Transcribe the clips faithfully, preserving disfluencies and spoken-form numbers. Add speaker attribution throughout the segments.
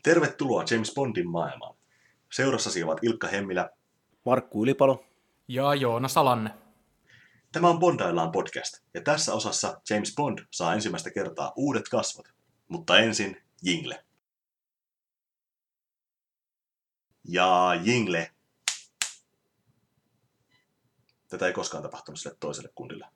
Speaker 1: Tervetuloa James Bondin maailmaan. Seurassasi ovat Ilkka Hemmilä,
Speaker 2: Markku Ylipalo
Speaker 3: ja Joona Salanne.
Speaker 1: Tämä on Bondaillaan podcast, ja tässä osassa James Bond saa ensimmäistä kertaa uudet kasvot. Mutta ensin jingle. Ja jingle. Tätä ei koskaan tapahtunut sille toiselle kundille.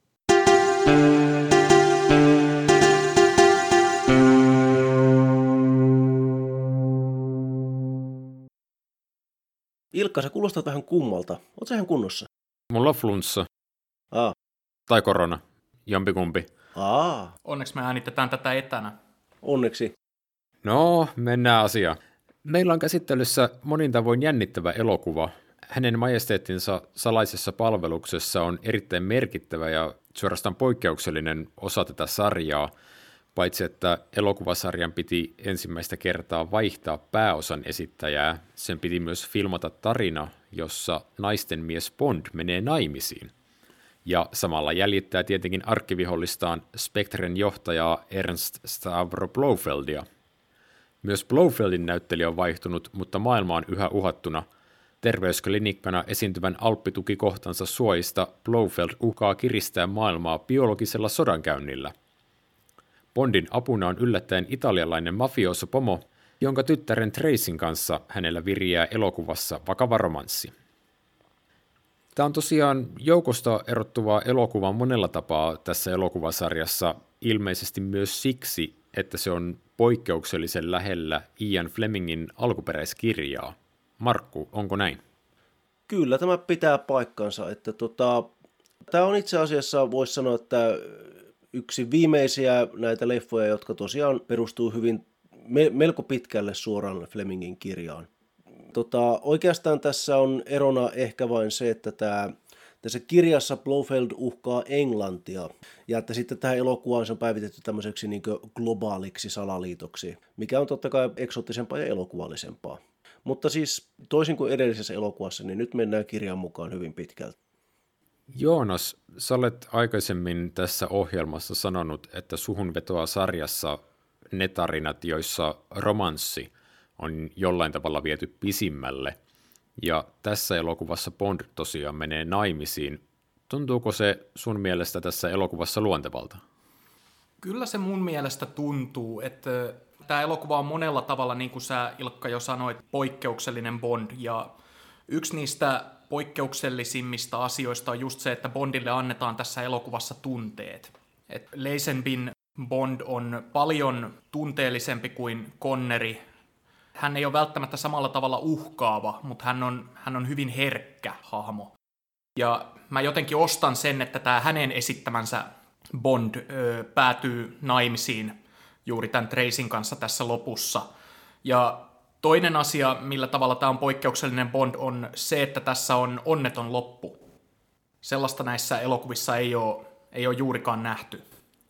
Speaker 2: Ilkka, sä kuulostat vähän kummalta. Oot sä ihan kunnossa?
Speaker 4: Mulla on flunssa.
Speaker 2: Aa.
Speaker 4: Tai korona. Jompikumpi.
Speaker 2: Aa.
Speaker 3: Onneksi me äänitetään tätä etänä.
Speaker 2: Onneksi.
Speaker 4: No, mennään asiaan. Meillä on käsittelyssä monin tavoin jännittävä elokuva. Hänen majesteettinsa salaisessa palveluksessa on erittäin merkittävä ja suorastaan poikkeuksellinen osa tätä sarjaa, paitsi että elokuvasarjan piti ensimmäistä kertaa vaihtaa pääosan esittäjää, sen piti myös filmata tarina, jossa naisten mies Bond menee naimisiin. Ja samalla jäljittää tietenkin arkkivihollistaan Spectren johtajaa Ernst Stavro Blofeldia. Myös Blofeldin näyttelijä on vaihtunut, mutta maailma on yhä uhattuna. Terveysklinikkana esiintyvän alppitukikohtansa suojista Blofeld uhkaa kiristää maailmaa biologisella sodankäynnillä. Bondin apuna on yllättäen italialainen mafioso pomo, jonka tyttären Tracyn kanssa hänellä viriää elokuvassa vakava romanssi. Tämä on tosiaan joukosta erottuva elokuva monella tapaa tässä elokuvasarjassa, ilmeisesti myös siksi, että se on poikkeuksellisen lähellä Ian Flemingin alkuperäiskirjaa. Markku, onko näin?
Speaker 2: Kyllä, tämä pitää paikkansa. Että tota, tämä on itse asiassa, voisi sanoa, että yksi viimeisiä näitä leffoja, jotka tosiaan perustuu hyvin me, melko pitkälle suoraan Flemingin kirjaan. Tota, oikeastaan tässä on erona ehkä vain se, että tämä, tässä kirjassa Blofeld uhkaa Englantia, ja että sitten tähän elokuvaan se on päivitetty tämmöiseksi niin kuin globaaliksi salaliitoksi, mikä on totta kai eksoottisempaa ja elokuvallisempaa. Mutta siis toisin kuin edellisessä elokuvassa, niin nyt mennään kirjan mukaan hyvin pitkälti.
Speaker 4: Joonas, sä olet aikaisemmin tässä ohjelmassa sanonut, että suhun vetoaa sarjassa ne tarinat, joissa romanssi on jollain tavalla viety pisimmälle. Ja tässä elokuvassa Bond tosiaan menee naimisiin. Tuntuuko se sun mielestä tässä elokuvassa luontevalta?
Speaker 3: Kyllä se mun mielestä tuntuu, että tämä elokuva on monella tavalla, niin kuin sä Ilkka jo sanoit, poikkeuksellinen Bond. Ja yksi niistä poikkeuksellisimmista asioista on just se, että Bondille annetaan tässä elokuvassa tunteet. Et Lazenbyn Bond on paljon tunteellisempi kuin Connery. Hän ei ole välttämättä samalla tavalla uhkaava, mutta hän on, hän on hyvin herkkä hahmo. Ja mä jotenkin ostan sen, että tämä hänen esittämänsä Bond ö, päätyy naimisiin juuri tämän Tracyn kanssa tässä lopussa. Ja toinen asia, millä tavalla tämä on poikkeuksellinen Bond, on se, että tässä on onneton loppu. Sellaista näissä elokuvissa ei ole, ei ole juurikaan nähty.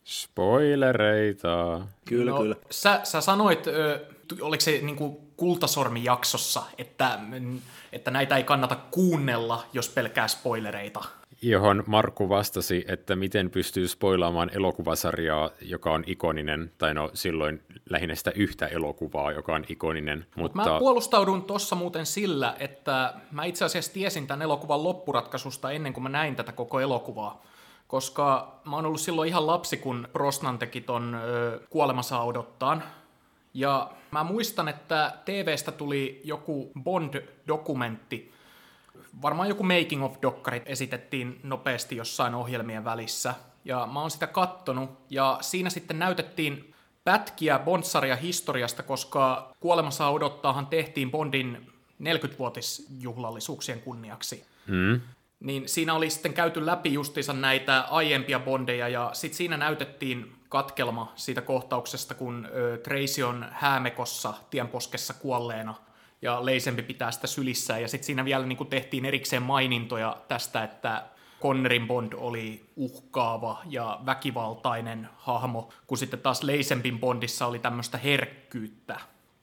Speaker 4: Spoilereita.
Speaker 2: Kyllä,
Speaker 3: no,
Speaker 2: kyllä.
Speaker 3: Sä, sä sanoit, ö, oliko se niin kuin Kultasormi-jaksossa, että, että näitä ei kannata kuunnella, jos pelkää spoilereita.
Speaker 4: Johon Markku vastasi, että miten pystyy spoilaamaan elokuvasarjaa, joka on ikoninen, tai no silloin lähinnä sitä yhtä elokuvaa, joka on ikoninen. Mutta
Speaker 3: Mä puolustaudun tuossa muuten sillä, että mä itse asiassa tiesin tämän elokuvan loppuratkaisusta ennen kuin mä näin tätä koko elokuvaa. Koska mä oon ollut silloin ihan lapsi, kun Brosnan teki ton ö, Kuolema saa odottaan. Ja mä muistan, että T V:stä tuli joku Bond-dokumentti. Varmaan joku making of dokkarit esitettiin nopeasti jossain ohjelmien välissä. Ja mä oon sitä kattonut. Ja siinä sitten näytettiin pätkiä Bond-sarjan historiasta, koska Kuolema saa odottaahan tehtiin Bondin neljäkymmenvuotisjuhlallisuuksien kunniaksi.
Speaker 4: Mm.
Speaker 3: Niin siinä oli sitten käyty läpi justiinsa näitä aiempia Bondeja, ja sitten siinä näytettiin katkelma siitä kohtauksesta, kun ö, Tracy on häämekossa tienposkessa kuolleena, ja Lazenby pitää sitä sylissään, ja sitten siinä vielä niin kuin tehtiin erikseen mainintoja tästä, että Conneryn Bond oli uhkaava ja väkivaltainen hahmo, kun sitten taas Lazenbyn Bondissa oli tämmöistä herkkyyttä.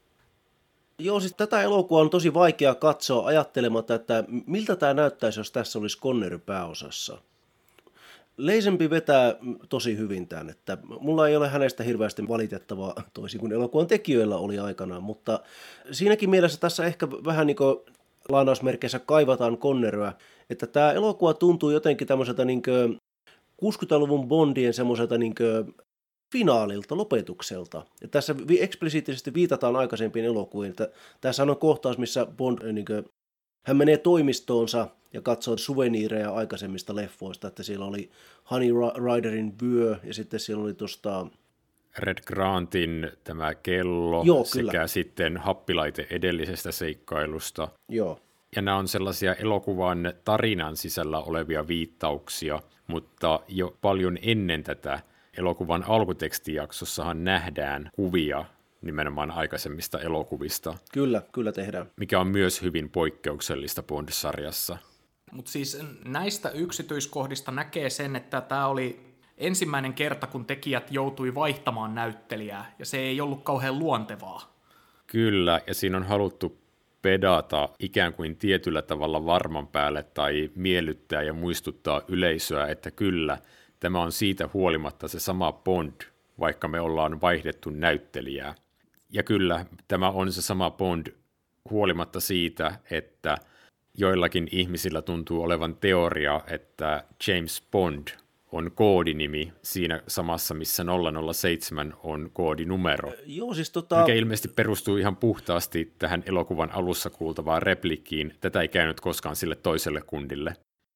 Speaker 2: Joo, siis tätä elokuvaa on tosi vaikea katsoa ajattelematta, että miltä tämä näyttäisi, jos tässä olisi Connery pääosassa. Leisempi vetää tosi hyvin tämän, että mulla ei ole hänestä hirveästi valitettavaa toisin kuin elokuvan tekijöillä oli aikanaan, mutta siinäkin mielessä tässä ehkä vähän niin kuin lainausmerkeissä kaivataan Conneryä, että tämä elokuva tuntuu jotenkin tämmöiseltä niin kuin kuusikymmentäluvun Bondien semmoiselta niin kuin finaalilta, lopetukselta. Ja tässä eksplisiittisesti viitataan aikaisempiin elokuviin, että tässä on kohtaus, missä Bond niin kuin, hän menee toimistoonsa ja katsoo suveniireja aikaisemmista leffoista, että siellä oli Honey Riderin vyö ja sitten siellä oli tuosta
Speaker 4: Red Grantin tämä kello.
Speaker 2: Joo,
Speaker 4: sekä
Speaker 2: kyllä.
Speaker 4: sitten happilaite edellisestä seikkailusta.
Speaker 2: Joo.
Speaker 4: Ja nämä on sellaisia elokuvan tarinan sisällä olevia viittauksia, mutta jo paljon ennen tätä elokuvan alkutekstijaksossahan nähdään kuvia nimenomaan aikaisemmista elokuvista.
Speaker 2: Kyllä, kyllä tehdään.
Speaker 4: Mikä on myös hyvin poikkeuksellista Bond-sarjassa.
Speaker 3: Mutta siis näistä yksityiskohdista näkee sen, että tämä oli ensimmäinen kerta, kun tekijät joutui vaihtamaan näyttelijää, ja se ei ollut kauhean luontevaa.
Speaker 4: Kyllä, ja siinä on haluttu pedata ikään kuin tietyllä tavalla varman päälle tai miellyttää ja muistuttaa yleisöä, että kyllä, tämä on siitä huolimatta se sama Bond, vaikka me ollaan vaihdettu näyttelijää. Ja kyllä, tämä on se sama Bond huolimatta siitä, että joillakin ihmisillä tuntuu olevan teoria, että James Bond on koodinimi siinä samassa, missä nolla nolla seitsemän on koodinumero.
Speaker 2: Joo, siis tota...
Speaker 4: Mikä ilmeisesti perustuu ihan puhtaasti tähän elokuvan alussa kuultavaan replikkiin. Tätä ei käynyt koskaan sille toiselle kundille.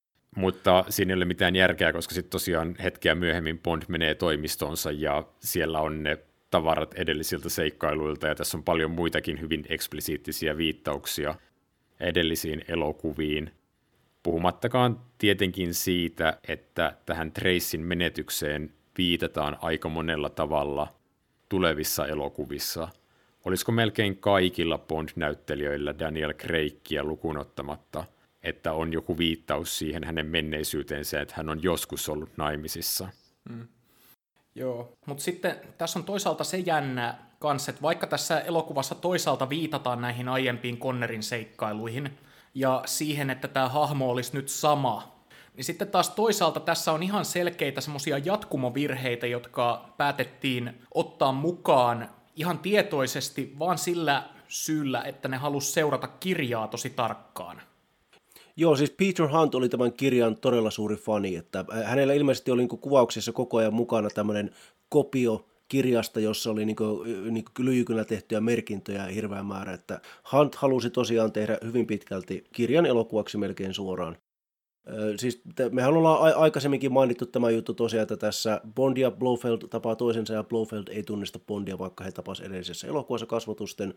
Speaker 4: Mutta siinä ei ole mitään järkeä, koska sitten tosiaan hetkeä myöhemmin Bond menee toimistonsa ja siellä on ne tavarat edellisiltä seikkailuilta ja tässä on paljon muitakin hyvin eksplisiittisiä viittauksia edellisiin elokuviin. Puhumattakaan tietenkin siitä, että tähän Tracyn menetykseen viitataan aika monella tavalla tulevissa elokuvissa. Olisiko melkein kaikilla Bond-näyttelijöillä Daniel Craigia lukuun ottamatta, että on joku viittaus siihen hänen menneisyyteensä, että hän on joskus ollut naimisissa.
Speaker 3: Mm. Joo, mutta sitten tässä on toisaalta se jännä kanssa, että vaikka tässä elokuvassa toisaalta viitataan näihin aiempiin Connerin seikkailuihin ja siihen, että tämä hahmo olisi nyt sama, niin sitten taas toisaalta tässä on ihan selkeitä semmoisia jatkumovirheitä, jotka päätettiin ottaa mukaan ihan tietoisesti vaan sillä syyllä, että ne halusi seurata kirjaa tosi tarkkaan.
Speaker 2: Joo, siis Peter Hunt oli tämän kirjan todella suuri fani, että hänellä ilmeisesti oli niin kuvauksissa koko ajan mukana tämmöinen kopio kirjasta, jossa oli niin kuin, niin kuin lyijykynä tehtyjä merkintöjä hirveä määrä, että Hunt halusi tosiaan tehdä hyvin pitkälti kirjan elokuvaksi melkein suoraan. Siis mehän ollaan aikaisemminkin mainittu tämä juttu tosiaan, että tässä Bond ja Blofeld tapaa toisensa ja Blofeld ei tunnista Bondia, vaikka he tapasivat edellisessä elokuvassa kasvotusten.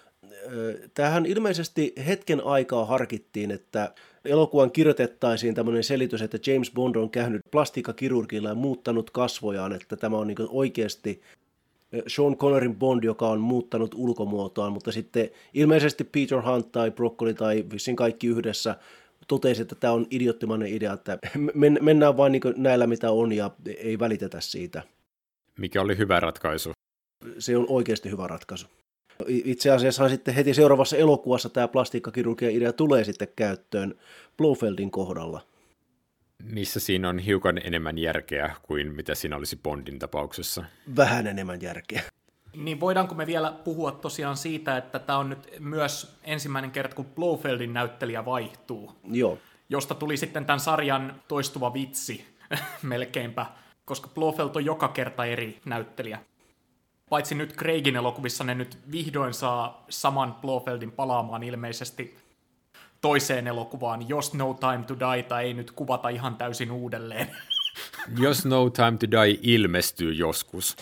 Speaker 2: Tähän ilmeisesti hetken aikaa harkittiin, että elokuvan kirjoitettaisiin tämmöinen selitys, että James Bond on käynyt plastiikkakirurgilla ja muuttanut kasvojaan, että tämä on niin kuin oikeasti Sean Connerin Bond, joka on muuttanut ulkomuotoaan, mutta sitten ilmeisesti Peter Hunt tai Broccoli tai vissiin kaikki yhdessä totesi, että tämä on idioottimainen idea, että mennään vain niin kuin näillä mitä on ja ei välitetä siitä.
Speaker 4: Mikä oli hyvä ratkaisu?
Speaker 2: Se on oikeasti hyvä ratkaisu. Itse asiassa sitten heti seuraavassa elokuvassa tämä plastiikkakirurgian idea tulee sitten käyttöön Blofeldin kohdalla.
Speaker 4: Missä siinä on hiukan enemmän järkeä kuin mitä siinä olisi Bondin tapauksessa?
Speaker 2: Vähän enemmän järkeä.
Speaker 3: Niin voidaanko me vielä puhua tosiaan siitä, että tämä on nyt myös ensimmäinen kerta, kun Blofeldin näyttelijä vaihtuu.
Speaker 2: Joo.
Speaker 3: Josta tuli sitten tämän sarjan toistuva vitsi melkeinpä, koska Blofeld on joka kerta eri näyttelijä. Paitsi nyt Craigin elokuvissa ne nyt vihdoin saa saman Blofeldin palaamaan ilmeisesti toiseen elokuvaan, jos No Time to Dieta ei nyt kuvata ihan täysin uudelleen.
Speaker 4: Jos No Time to Die ilmestyy joskus.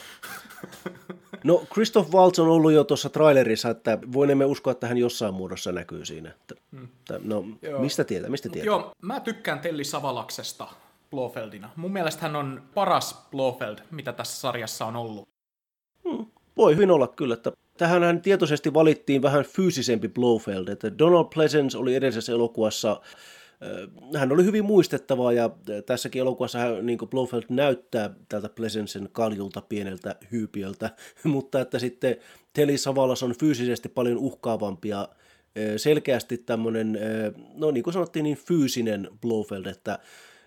Speaker 2: No Christoph Waltz on ollut jo tuossa trailerissa, että voimme uskoa, että hän jossain muodossa näkyy siinä. Hmm. No
Speaker 3: Joo.
Speaker 2: mistä tietää, mistä tietää?
Speaker 3: Joo, mä tykkään Telly Savalaksesta Blofeldina. Mun mielestä hän on paras Blofeld, mitä tässä sarjassa on ollut.
Speaker 2: Hmm. Voi hyvin olla kyllä, että tähänhän tietoisesti valittiin vähän fyysisempi Blofeld, että Donald Pleasence oli edellisessä elokuvassa, hän oli hyvin muistettava ja tässäkin elokuvassa hän, niin kuin Blofeld näyttää tältä Pleasencen kaljulta pieneltä hyypiöltä, mutta että sitten Telly Savalas on fyysisesti paljon uhkaavampi ja selkeästi tämmöinen, no niin kuin sanottiin, niin fyysinen Blofeld, että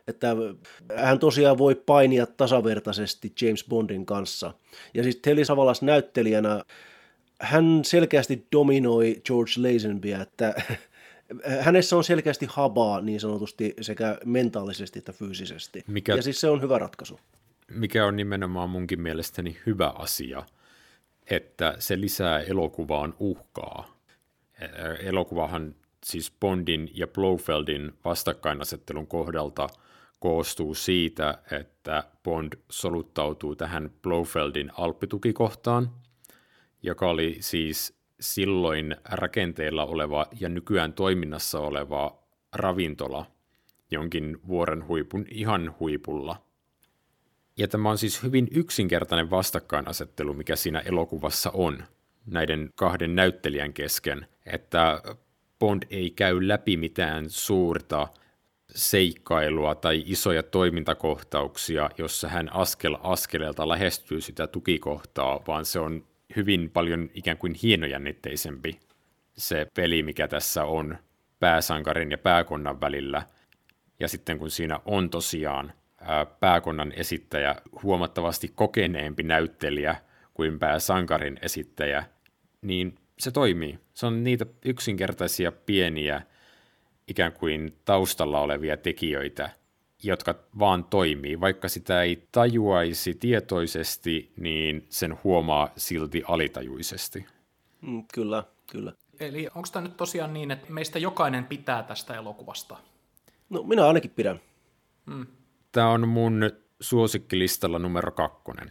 Speaker 2: että hän tosiaan voi painia tasavertaisesti James Bondin kanssa. Ja siis Telly Savalas näyttelijänä, hän selkeästi dominoi George Lazenbyä, että hänessä on selkeästi habaa niin sanotusti sekä mentaalisesti että fyysisesti. Mikä, ja siis se on hyvä ratkaisu.
Speaker 4: Mikä on nimenomaan munkin mielestäni hyvä asia, että se lisää elokuvaan uhkaa. Elokuvahan siis Bondin ja Blofeldin vastakkainasettelun kohdalta koostuu siitä, että Bond soluttautuu tähän Blofeldin alppitukikohtaan, joka oli siis silloin rakenteella oleva ja nykyään toiminnassa oleva ravintola jonkin vuoren huipun ihan huipulla. Ja tämä on siis hyvin yksinkertainen vastakkainasettelu, mikä siinä elokuvassa on näiden kahden näyttelijän kesken, että Bond ei käy läpi mitään suurta seikkailua tai isoja toimintakohtauksia, jossa hän askel askeleelta lähestyy sitä tukikohtaa, vaan se on hyvin paljon ikään kuin hienojännitteisempi se peli, mikä tässä on pääsankarin ja pääkonnan välillä. Ja sitten kun siinä on tosiaan ää, pääkonnan esittäjä huomattavasti kokeneempi näyttelijä kuin pääsankarin esittäjä, niin se toimii. Se on niitä yksinkertaisia pieniä ikään kuin taustalla olevia tekijöitä, jotka vaan toimii. Vaikka sitä ei tajuaisi tietoisesti, niin sen huomaa silti alitajuisesti.
Speaker 2: Mm, kyllä, kyllä.
Speaker 3: Eli onko tämä nyt tosiaan niin, että meistä jokainen pitää tästä elokuvasta?
Speaker 2: No minä ainakin pidän.
Speaker 3: Mm.
Speaker 4: Tämä on mun suosikkilistalla numero kakkonen.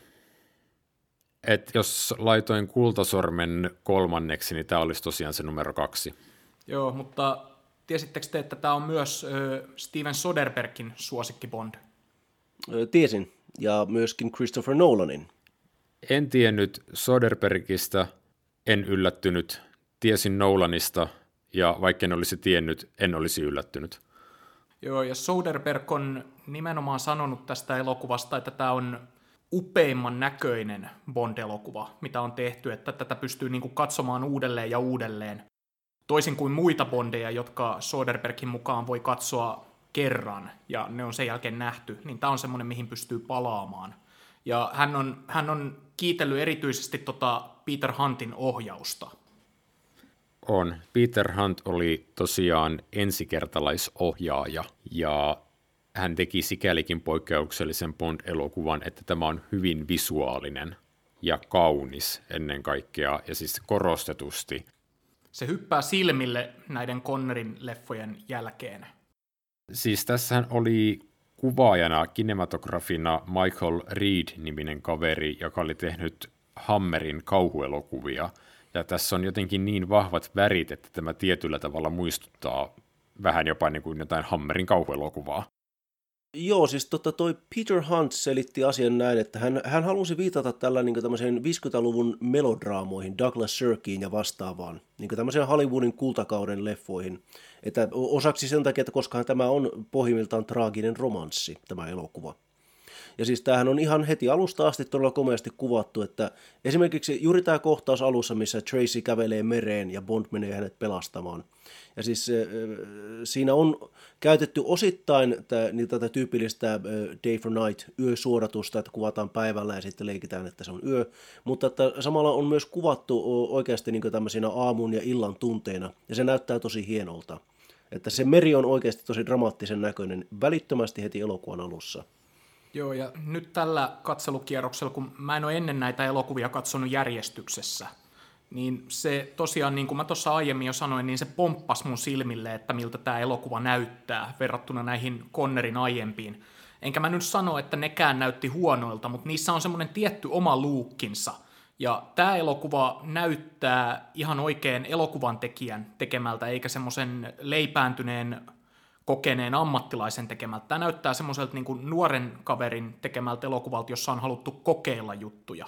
Speaker 4: Et jos laitoin kultasormen kolmanneksi, niin tämä olisi tosiaan se numero kaksi.
Speaker 3: Joo, mutta tiesittekö te, että tämä on myös ö, Steven Soderberghin suosikki Bond?
Speaker 2: Tiesin, ja myöskin Christopher Nolanin.
Speaker 4: En tiennyt Soderberghistä, en yllättynyt, tiesin Nolanista, ja vaikka en olisi tiennyt, en olisi yllättynyt.
Speaker 3: Joo, ja Soderbergh on nimenomaan sanonut tästä elokuvasta, että tämä on upeimman näköinen Bond-elokuva, mitä on tehty, että tätä pystyy niinku katsomaan uudelleen ja uudelleen. Toisin kuin muita Bondeja, jotka Soderberghin mukaan voi katsoa kerran, ja ne on sen jälkeen nähty, niin tämä on semmoinen, mihin pystyy palaamaan. Ja hän on, hän on kiitellyt erityisesti tota Peter Huntin ohjausta.
Speaker 4: On. Peter Hunt oli tosiaan ensikertalaisohjaaja, ja hän teki sikälikin poikkeuksellisen Bond-elokuvan, että tämä on hyvin visuaalinen ja kaunis ennen kaikkea, ja siis korostetusti.
Speaker 3: Se hyppää silmille näiden Connerin leffojen jälkeen.
Speaker 4: Siis tässähän oli kuvaajana, kinematografina Michael Reed-niminen kaveri, joka oli tehnyt Hammerin kauhuelokuvia. Ja tässä on jotenkin niin vahvat värit, että tämä tietyllä tavalla muistuttaa vähän jopa niin kuin jotain Hammerin kauhuelokuvaa.
Speaker 2: Joo, siis tota, toi Peter Hunt selitti asian näin, että hän, hän halusi viitata tällä niin tämmöiseen viisikymmentäluvun melodraamoihin, Douglas Sirkin ja vastaavaan, niin tämmöiseen Hollywoodin kultakauden leffoihin. Että osaksi sen takia, että koska tämä on pohjimmiltaan traaginen romanssi, tämä elokuva. Ja siis tämähän on ihan heti alusta asti todella komeasti kuvattu, että esimerkiksi juuri tämä kohtaus alussa, missä Tracy kävelee mereen ja Bond menee hänet pelastamaan. Ja siis siinä on käytetty osittain tätä, niin tätä tyypillistä day for night yösuodatusta, että kuvataan päivällä ja sitten leikitään, että se on yö, mutta että samalla on myös kuvattu oikeasti niin tämmöisinä aamun ja illan tunteina, ja se näyttää tosi hienolta. Että se meri on oikeasti tosi dramaattisen näköinen välittömästi heti elokuvan alussa.
Speaker 3: Joo, ja nyt tällä katselukierroksella, kun mä en ole ennen näitä elokuvia katsonut järjestyksessä, niin se tosiaan, niin kuin mä tuossa aiemmin jo sanoin, niin se pomppasi mun silmille, että miltä tämä elokuva näyttää verrattuna näihin Connerin aiempiin. Enkä mä nyt sano, että nekään näytti huonoilta, mutta niissä on semmoinen tietty oma luukkinsa. Ja tämä elokuva näyttää ihan oikein elokuvan tekijän tekemältä, eikä semmoisen leipääntyneen kokeneen ammattilaisen tekemältä. Tämä näyttää semmoiselta niin kuin nuoren kaverin tekemältä elokuvalta, jossa on haluttu kokeilla juttuja.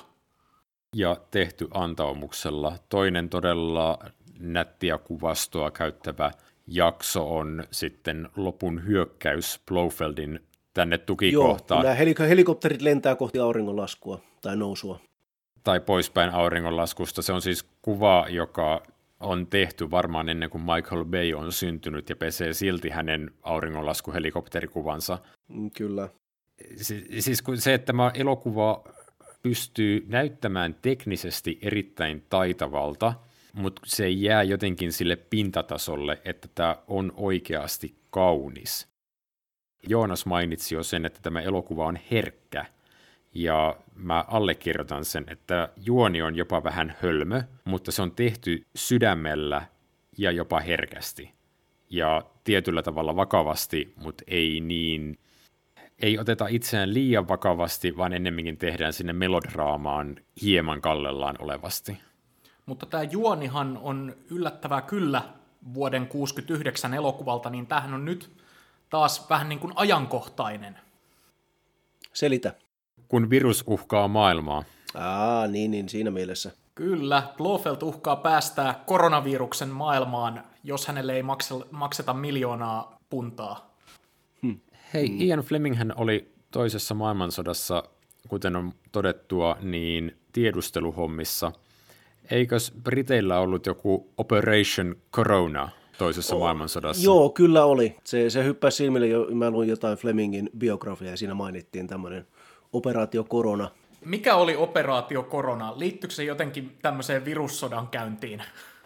Speaker 4: Ja tehty antaumuksella. Toinen todella nättiä kuvastoa käyttävä jakso on sitten lopun hyökkäys Blofeldin tänne tukikohtaan.
Speaker 2: Joo, nämä helikopterit lentää kohti auringonlaskua tai nousua.
Speaker 4: Tai poispäin auringonlaskusta. Se on siis kuva, joka on tehty varmaan ennen kuin Michael Bay on syntynyt ja pesee silti hänen auringonlaskuhelikopterikuvansa.
Speaker 2: Mm, kyllä.
Speaker 4: Si- siis kun se, että tämä elokuva pystyy näyttämään teknisesti erittäin taitavalta, mutta se ei jää jotenkin sille pintatasolle, että tämä on oikeasti kaunis. Joonas mainitsi jo sen, että tämä elokuva on herkkä, ja mä allekirjoitan sen, että juoni on jopa vähän hölmö, mutta se on tehty sydämellä ja jopa herkästi. Ja tietyllä tavalla vakavasti, mutta ei niin, ei oteta itseään liian vakavasti, vaan ennemminkin tehdään sinne melodraamaan hieman kallellaan olevasti.
Speaker 3: Mutta tämä juonihan on yllättävää kyllä vuoden kuusikymmentäyhdeksän elokuvalta, niin tämähän on nyt taas vähän niin kuin ajankohtainen.
Speaker 2: Selitä.
Speaker 4: Kun virus uhkaa maailmaa.
Speaker 2: Aa, niin, niin, siinä mielessä.
Speaker 3: Kyllä, Blofeld uhkaa päästää koronaviruksen maailmaan, jos hänelle ei makseta miljoonaa puntaa.
Speaker 2: Hmm.
Speaker 4: Hei, hmm. Ian Fleminghän oli toisessa maailmansodassa, kuten on todettua, niin tiedusteluhommissa. Eikös Briteillä ollut joku Operation Corona toisessa oh, maailmansodassa?
Speaker 2: Joo, kyllä oli. Se, se hyppäsi silmille, jo, mä luin jotain Flemingin biografiaa ja siinä mainittiin tämmöinen Operaatio Corona.
Speaker 3: Mikä oli Operaatio Corona? Liittyykö se jotenkin tämmöiseen virussodan käyntiin?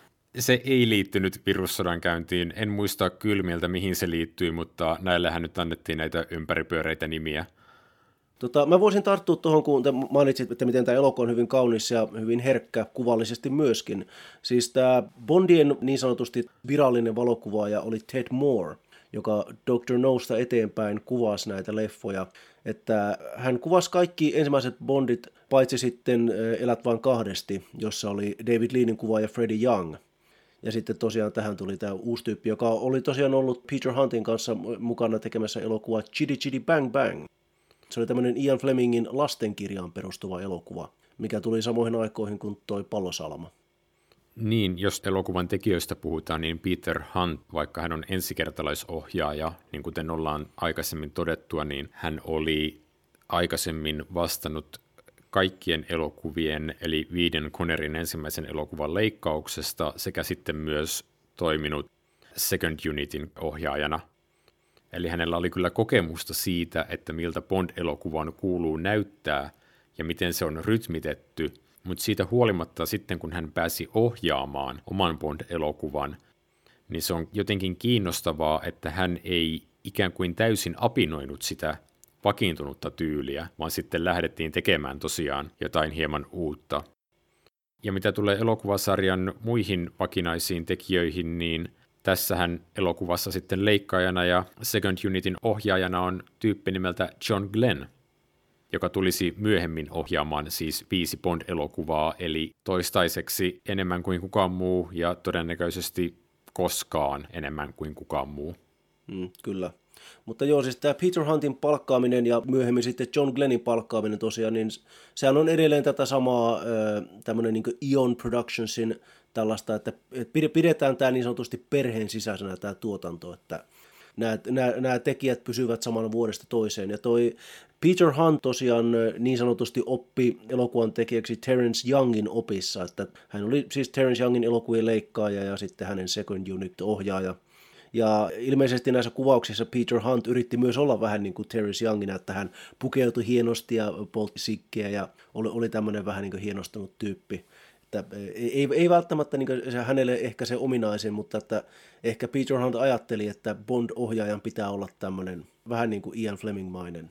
Speaker 4: Se ei liittynyt virussodan käyntiin. En muista kylmiltä, mihin se liittyy, mutta näillähän nyt annettiin näitä ympäripyöreitä nimiä.
Speaker 2: Tota, mä voisin tarttua tuohon, kun te mainitsit, että miten tämä elokuva on hyvin kaunis ja hyvin herkkä kuvallisesti myöskin. Siis tämä Bondien niin sanotusti virallinen valokuvaaja oli Ted Moore, joka doctor Nosta eteenpäin kuvasi näitä leffoja. Että hän kuvasi kaikki ensimmäiset Bondit, paitsi sitten Elät vain kahdesti, jossa oli David Leanin kuvaaja Freddie Young. Ja sitten tosiaan tähän tuli tämä uusi tyyppi, joka oli tosiaan ollut Peter Huntin kanssa mukana tekemässä elokuvaa Chitty Chitty Bang Bang. Se oli tämmöinen Ian Flemingin lastenkirjaan perustuva elokuva, mikä tuli samoihin aikoihin kuin toi Pallosalama.
Speaker 4: Niin, jos elokuvan tekijöistä puhutaan, niin Peter Hunt, vaikka hän on ensikertalaisohjaaja, niin kuten ollaan aikaisemmin todettua, niin hän oli aikaisemmin vastannut kaikkien elokuvien, eli viiden Connerin ensimmäisen elokuvan leikkauksesta, sekä sitten myös toiminut Second Unitin ohjaajana. Eli hänellä oli kyllä kokemusta siitä, että miltä Bond-elokuvan kuuluu näyttää ja miten se on rytmitetty, mutta siitä huolimatta sitten, kun hän pääsi ohjaamaan oman Bond-elokuvan, niin se on jotenkin kiinnostavaa, että hän ei ikään kuin täysin apinoinut sitä vakiintunutta tyyliä, vaan sitten lähdettiin tekemään tosiaan jotain hieman uutta. Ja mitä tulee elokuvasarjan muihin vakinaisiin tekijöihin, niin tässähän elokuvassa sitten leikkaajana ja Second Unitin ohjaajana on tyyppi nimeltä John Glenn, joka tulisi myöhemmin ohjaamaan siis viisi Bond-elokuvaa, eli toistaiseksi enemmän kuin kukaan muu ja todennäköisesti koskaan enemmän kuin kukaan muu.
Speaker 2: Mm, kyllä. Mutta joo, siis tämä Peter Huntin palkkaaminen ja myöhemmin sitten John Glennin palkkaaminen tosiaan, niin sehän on edelleen tätä samaa tämmöinen niin kuin Eon Productionsin tällaista, että pidetään tämä niin sanotusti perheen sisäisenä tämä tuotanto, että nämä, nämä, nämä tekijät pysyvät samana vuodesta toiseen. Ja toi Peter Hunt tosiaan niin sanotusti oppi elokuvan tekijäksi Terence Youngin opissa, että hän oli siis Terence Youngin elokuvien leikkaaja ja sitten hänen Second Unit-ohjaaja. Ja ilmeisesti näissä kuvauksissa Peter Hunt yritti myös olla vähän niin kuin Terence Youngina, että hän pukeutui hienosti ja poltti sikkiä ja oli, oli tämmöinen vähän niin kuin hienostunut tyyppi. Että ei, ei välttämättä niin kuin se, hänelle ehkä se ominaisin, mutta että ehkä Peter Hunt ajatteli, että Bond-ohjaajan pitää olla tämmöinen vähän niin kuin Ian Fleming-mainen.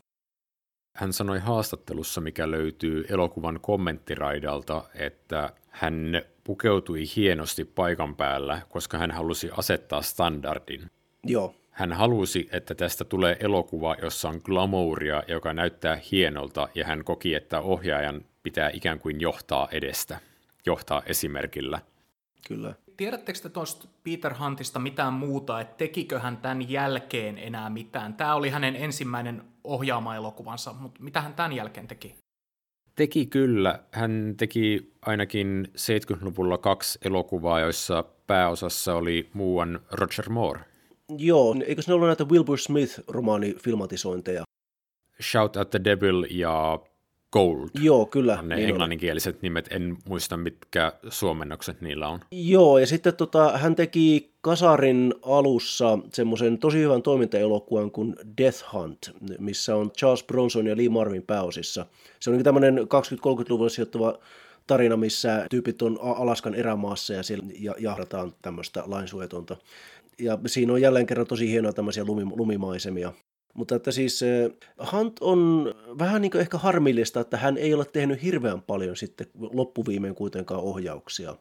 Speaker 4: Hän sanoi haastattelussa, mikä löytyy elokuvan kommenttiraidalta, että hän pukeutui hienosti paikan päällä, koska hän halusi asettaa standardin.
Speaker 2: Joo.
Speaker 4: Hän halusi, että tästä tulee elokuva, jossa on glamouria, joka näyttää hienolta, ja hän koki, että ohjaajan pitää ikään kuin johtaa edestä, johtaa esimerkillä.
Speaker 2: Kyllä.
Speaker 3: Tiedättekö te tuosta Peter Huntista mitään muuta, että tekikö hän tämän jälkeen enää mitään? Tämä oli hänen ensimmäinen ohjaama elokuvansa, mutta mitä hän tämän jälkeen teki?
Speaker 4: Teki kyllä. Hän teki ainakin seitsemänkymmentäluvulla kaksi elokuvaa, joissa pääosassa oli muuan Roger Moore.
Speaker 2: Joo, eikö ne ollut näitä Wilbur Smith-romaanifilmatisointeja?
Speaker 4: Shout at the Devil ja Gold.
Speaker 2: Joo, kyllä.
Speaker 4: Ne
Speaker 2: niin
Speaker 4: englanninkieliset oli. Nimet, en muista mitkä suomennokset niillä on.
Speaker 2: Joo, ja sitten tota, hän teki Kasarin alussa semmoisen tosi hyvän toimintaelokuvan kuin Death Hunt, missä on Charles Bronson ja Lee Marvin pääosissa. Se on niin tämmöinen kaksikymmentä-kolmekymmentäluvulle sijoittuva tarina, missä tyypit on Alaskan erämaassa ja siellä jahdataan tämmöistä lainsuojatonta. Ja siinä on jälleen kerran tosi hienoa tämmöisiä lumimaisemia. Mutta että siis Hunt on vähän niin kuin ehkä harmillista, että hän ei ole tehnyt hirveän paljon sitten loppuviimein kuitenkaan ohjauksia.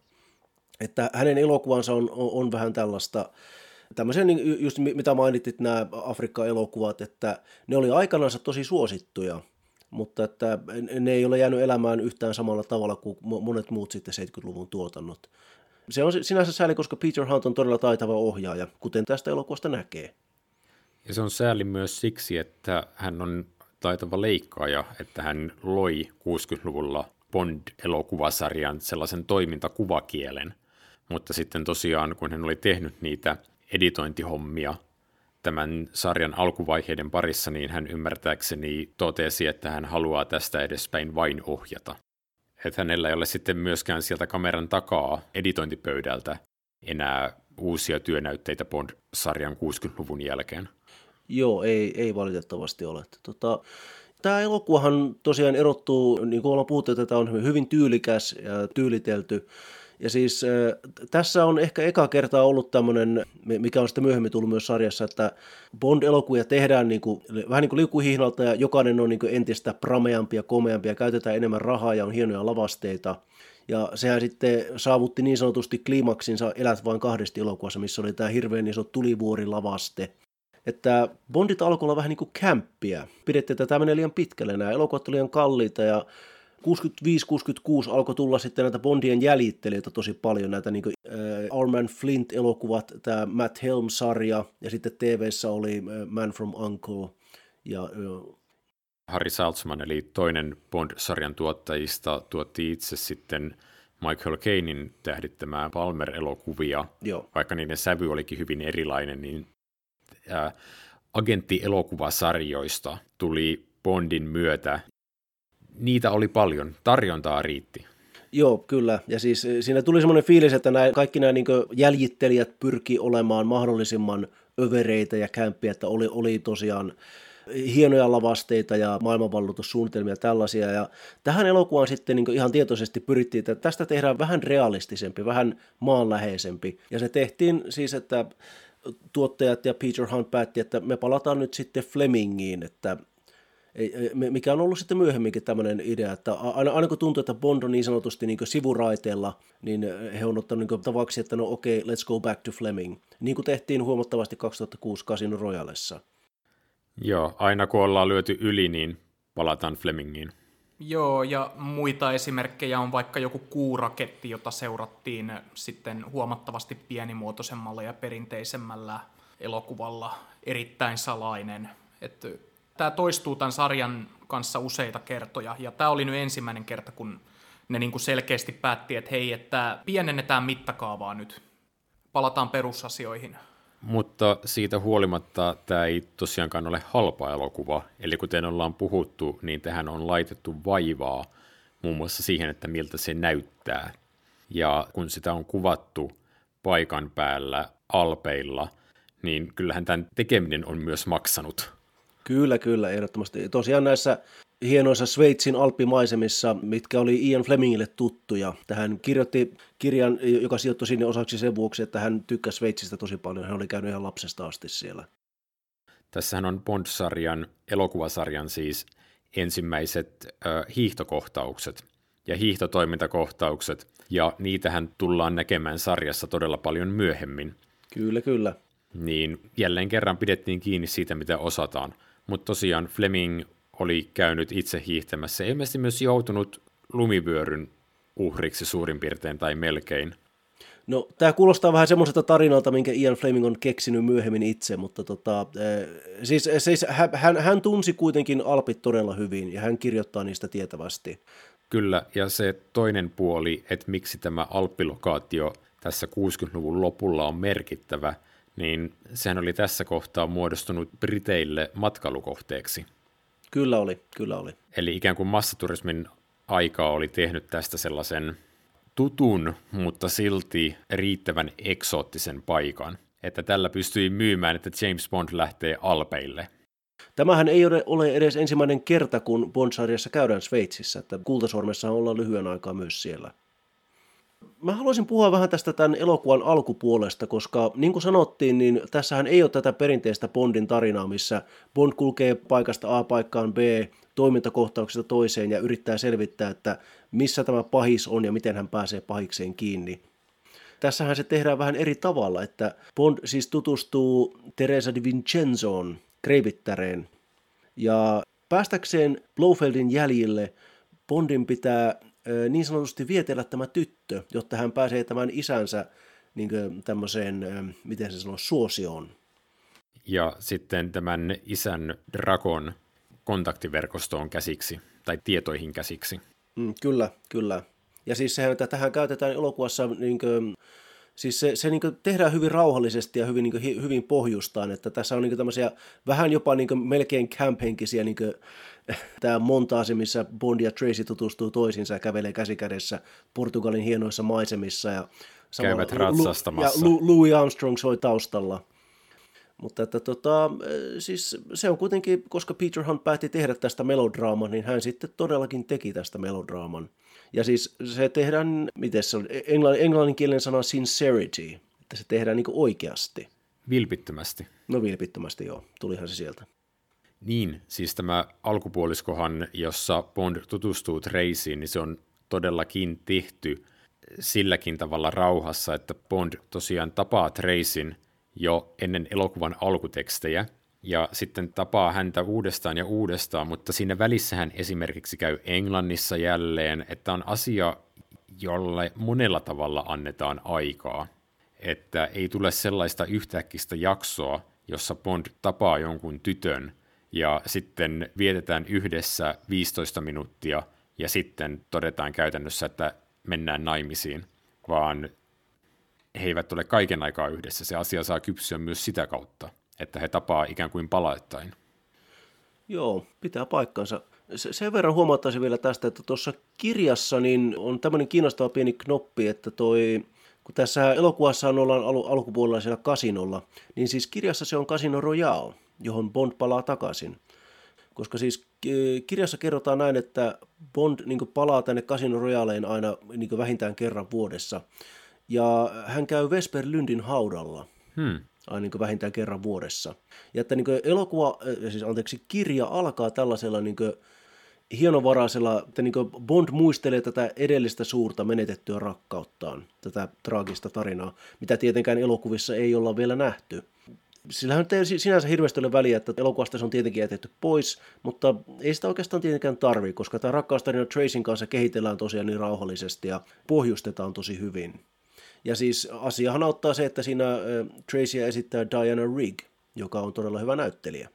Speaker 2: Että hänen elokuvansa on, on, on vähän tällaista, tämmöisiä niin just mitä mainitit nämä Afrikka-elokuvat, että ne oli aikanaan tosi suosittuja, mutta että ne ei ole jäänyt elämään yhtään samalla tavalla kuin monet muut sitten seitsemänkymmentäluvun tuotannot. Se on sinänsä sääli, koska Peter Hunt on todella taitava ohjaaja, kuten tästä elokuvasta näkee.
Speaker 4: Ja se on sääli myös siksi, että hän on taitava leikkaaja, että hän loi kuusikymmentäluvulla Bond-elokuvasarjan sellaisen toimintakuvakielen, mutta sitten tosiaan, kun hän oli tehnyt niitä editointihommia tämän sarjan alkuvaiheiden parissa, niin hän ymmärtääkseni totesi, että hän haluaa tästä edespäin vain ohjata. Että hänellä ei ole sitten myöskään sieltä kameran takaa editointipöydältä enää uusia työnäytteitä Bond-sarjan kuusikymmentäluvun jälkeen.
Speaker 2: Joo, ei, ei valitettavasti ole. Tota, tämä elokuvahan tosiaan erottuu, niin kuin ollaan puhuttu, että tämä on hyvin tyylikäs ja tyylitelty. Ja siis äh, tässä on ehkä eka kertaa ollut tämmöinen, mikä on sitten myöhemmin tullut myös sarjassa, että Bond-elokuvia tehdään niin kuin, vähän niin kuin liukuhihnalta ja jokainen on niin kuin entistä prameampi ja komeampi ja käytetään enemmän rahaa ja on hienoja lavasteita. Ja sehän sitten saavutti niin sanotusti kliimaksinsa Elät vain kahdesti elokuvassa, missä oli tämä hirveän iso tulivuorilavaste. Että Bondit alkoi olla vähän niin kuin kämppiä. Pidettiin, että tämä menee liian pitkälle. Nämä elokuvat olivat liian kalliita ja kuusikymmentäviisi kuusikymmentäkuusi alkoi tulla sitten näitä Bondien jäljittelijöitä tosi paljon. Näitä niin kuin äh, Our Man Flint-elokuvat, tämä Matt Helm-sarja ja sitten T V:ssä oli äh, Man from U N C L E. Ja, äh,
Speaker 4: Harry Saltzman, eli toinen Bond-sarjan tuottajista, tuotti itse sitten Michael Cainein tähdittämää Palmer-elokuvia.
Speaker 2: Joo.
Speaker 4: Vaikka niiden sävy olikin hyvin erilainen, niin ää, agenttielokuvasarjoista tuli Bondin myötä. Niitä oli paljon, tarjontaa riitti.
Speaker 2: Joo, kyllä. Ja siis siinä tuli semmoinen fiilis, että nämä, kaikki nämä niin kuin jäljittelijät pyrki olemaan mahdollisimman övereitä ja kämppiä, että oli, oli tosiaan hienoja lavasteita ja maailmanvalloitussuunnitelmia tällaisia. Ja tähän elokuvaan sitten niin kuin ihan tietoisesti pyrittiin, että tästä tehdään vähän realistisempi, vähän maanläheisempi. Ja se tehtiin siis, että tuottajat ja Peter Hunt päätti, että me palataan nyt sitten Flemingiin, että mikä on ollut sitten myöhemminkin tämmöinen idea, että aina, aina kun tuntuu, että Bond on niin sanotusti niin kuin sivuraiteella, niin he on ottanut niin kuin tavaksi, että no okei, okay, let's go back to Fleming. Niin kuin tehtiin huomattavasti kaksituhattakuusi Casino Royalessa.
Speaker 4: Joo, aina kun ollaan lyöty yli, niin palataan Flemingiin.
Speaker 3: Joo, ja muita esimerkkejä on vaikka joku kuuraketti, jota seurattiin sitten huomattavasti pienimuotoisemmalla ja perinteisemmällä elokuvalla, erittäin salainen. Että tämä toistuu tämän sarjan kanssa useita kertoja, ja tämä oli nyt ensimmäinen kerta, kun ne niinku selkeästi päätti, että hei, että pienennetään mittakaavaa nyt, palataan perusasioihin.
Speaker 4: Mutta siitä huolimatta tämä ei tosiaankaan ole halpa elokuva, eli kuten ollaan puhuttu, niin tähän on laitettu vaivaa muun muassa siihen, että miltä se näyttää. Ja kun sitä on kuvattu paikan päällä alpeilla, niin kyllähän tämän tekeminen on myös maksanut.
Speaker 2: Kyllä, kyllä, ehdottomasti. Tosiaan näissä hienoissa Sveitsin alppimaisemissa, mitkä oli Ian Flemingille tuttuja. Hän kirjoitti kirjan, joka sijoittui sinne osaksi sen vuoksi, että hän tykkäsi Sveitsistä tosi paljon. Hän oli käynyt ihan lapsesta asti siellä.
Speaker 4: Tässähän on Bond-sarjan, elokuvasarjan siis ensimmäiset äh, hiihtokohtaukset ja hiihtotoimintakohtaukset, ja niitähän tullaan näkemään sarjassa todella paljon myöhemmin.
Speaker 2: Kyllä, kyllä.
Speaker 4: Niin jälleen kerran pidettiin kiinni siitä, mitä osataan. Mutta tosiaan Fleming oli käynyt itse hiihtämässä, ilmeisesti myös joutunut lumivyöryn uhriksi suurin piirtein tai melkein.
Speaker 2: No, tämä kuulostaa vähän semmoiselta tarinalta, minkä Ian Fleming on keksinyt myöhemmin itse, mutta tota, siis, siis hän, hän tunsi kuitenkin alpit todella hyvin, ja hän kirjoittaa niistä tietävästi.
Speaker 4: Kyllä, ja se toinen puoli, että miksi tämä alppilokaatio tässä kuusikymmentäluvun lopulla on merkittävä, niin sehän oli tässä kohtaa muodostunut Briteille matkailukohteeksi.
Speaker 2: Kyllä oli, kyllä oli.
Speaker 4: Eli ikään kuin massaturismin aikaa oli tehnyt tästä sellaisen tutun, mutta silti riittävän eksoottisen paikan, että tällä pystyi myymään, että James Bond lähtee Alpeille.
Speaker 2: Tämähän ei ole, ole edes ensimmäinen kerta, kun Bond-sarjassa käydään Sveitsissä, että Kultasormessa ollaan lyhyen aikaa myös siellä. Mä haluaisin puhua vähän tästä tämän elokuvan alkupuolesta, koska niin kuin sanottiin, niin tässähän ei ole tätä perinteistä Bondin tarinaa, missä Bond kulkee paikasta A paikkaan B, toimintakohtauksesta toiseen ja yrittää selvittää, että missä tämä pahis on ja miten hän pääsee pahikseen kiinni. Tässähän se tehdään vähän eri tavalla, että Bond siis tutustuu Teresa di Vincenzoon, kreivittareen, ja päästäkseen Blofeldin jäljille Bondin pitää niin sanotusti vietellä tämä tyttö, jotta hän pääsee tämän isänsä niin kuin tämmöiseen, miten se sanoo, suosioon.
Speaker 4: Ja sitten tämän isän Drakon kontaktiverkostoon käsiksi, tai tietoihin käsiksi.
Speaker 2: Mm, kyllä, kyllä. Ja siis sehän, että tähän käytetään elokuvassa, niin kuin, siis se, se niin kuin tehdään hyvin rauhallisesti ja hyvin, niin kuin, hyvin pohjustaan, että tässä on niin kuin tämmöisiä vähän jopa niin kuin melkein camp-henkisiä niin kuin, tämä montaasi, missä Bond ja Tracy tutustuu toisiinsa ja kävelee käsikädessä Portugalin hienoissa maisemissa. Ja
Speaker 4: käyvät ratsastamassa.
Speaker 2: Ja Louis Armstrong soi taustalla. Mutta että tota, siis se on kuitenkin, koska Peter Hunt päätti tehdä tästä melodraaman, niin hän sitten todellakin teki tästä melodraaman. Ja siis se tehdään, miten se on, englannin, englanninkielinen sana sincerity, että se tehdään niin kuin oikeasti.
Speaker 4: Vilpittömästi.
Speaker 2: No vilpittömästi joo, tulihan se sieltä.
Speaker 4: Niin, siis tämä alkupuoliskohan, jossa Bond tutustuu Tracyin, niin se on todellakin tehty silläkin tavalla rauhassa, että Bond tosiaan tapaa Tracyn jo ennen elokuvan alkutekstejä, ja sitten tapaa häntä uudestaan ja uudestaan, mutta siinä välissähän esimerkiksi käy Englannissa jälleen, että on asia, jolle monella tavalla annetaan aikaa, että ei tule sellaista yhtäkkistä jaksoa, jossa Bond tapaa jonkun tytön, ja sitten vietetään yhdessä viisitoista minuuttia, ja sitten todetaan käytännössä, että mennään naimisiin, vaan he eivät ole kaiken aikaa yhdessä. Se asia saa kypsyä myös sitä kautta, että he tapaa ikään kuin palaittain.
Speaker 2: Joo, pitää paikkansa. Sen verran huomauttaisin vielä tästä, että tuossa kirjassa niin on tämmöinen kiinnostava pieni knoppi, että toi, kun tässä elokuvassa ollaan al- alkupuolella siellä kasinolla, niin siis kirjassa se on Casino Royale, johon Bond palaa takaisin. Koska siis kirjassa kerrotaan näin, että Bond niin kuin palaa tänne Casino Royaleen aina niin kuin vähintään kerran vuodessa. Ja hän käy Vesper Lyndin haudalla hmm. aina niin kuin vähintään kerran vuodessa. Ja että niin kuin elokuva, siis anteeksi, kirja alkaa tällaisella niin kuin hienovaraisella, että niin kuin Bond muistelee tätä edellistä suurta menetettyä rakkauttaan, tätä traagista tarinaa, mitä tietenkään elokuvissa ei olla vielä nähty. Sillähän ei sinänsä hirveästi ole väliä, että elokuvasta se on tietenkin jätetty pois, mutta ei sitä oikeastaan tietenkään tarvitse, koska tämä rakkaustarina Tracyn kanssa kehitellään tosiaan niin rauhallisesti ja pohjustetaan tosi hyvin. Ja siis asiahan auttaa se, että siinä äh, Tracyä esittää Diana Rigg, joka on todella hyvä näyttelijä.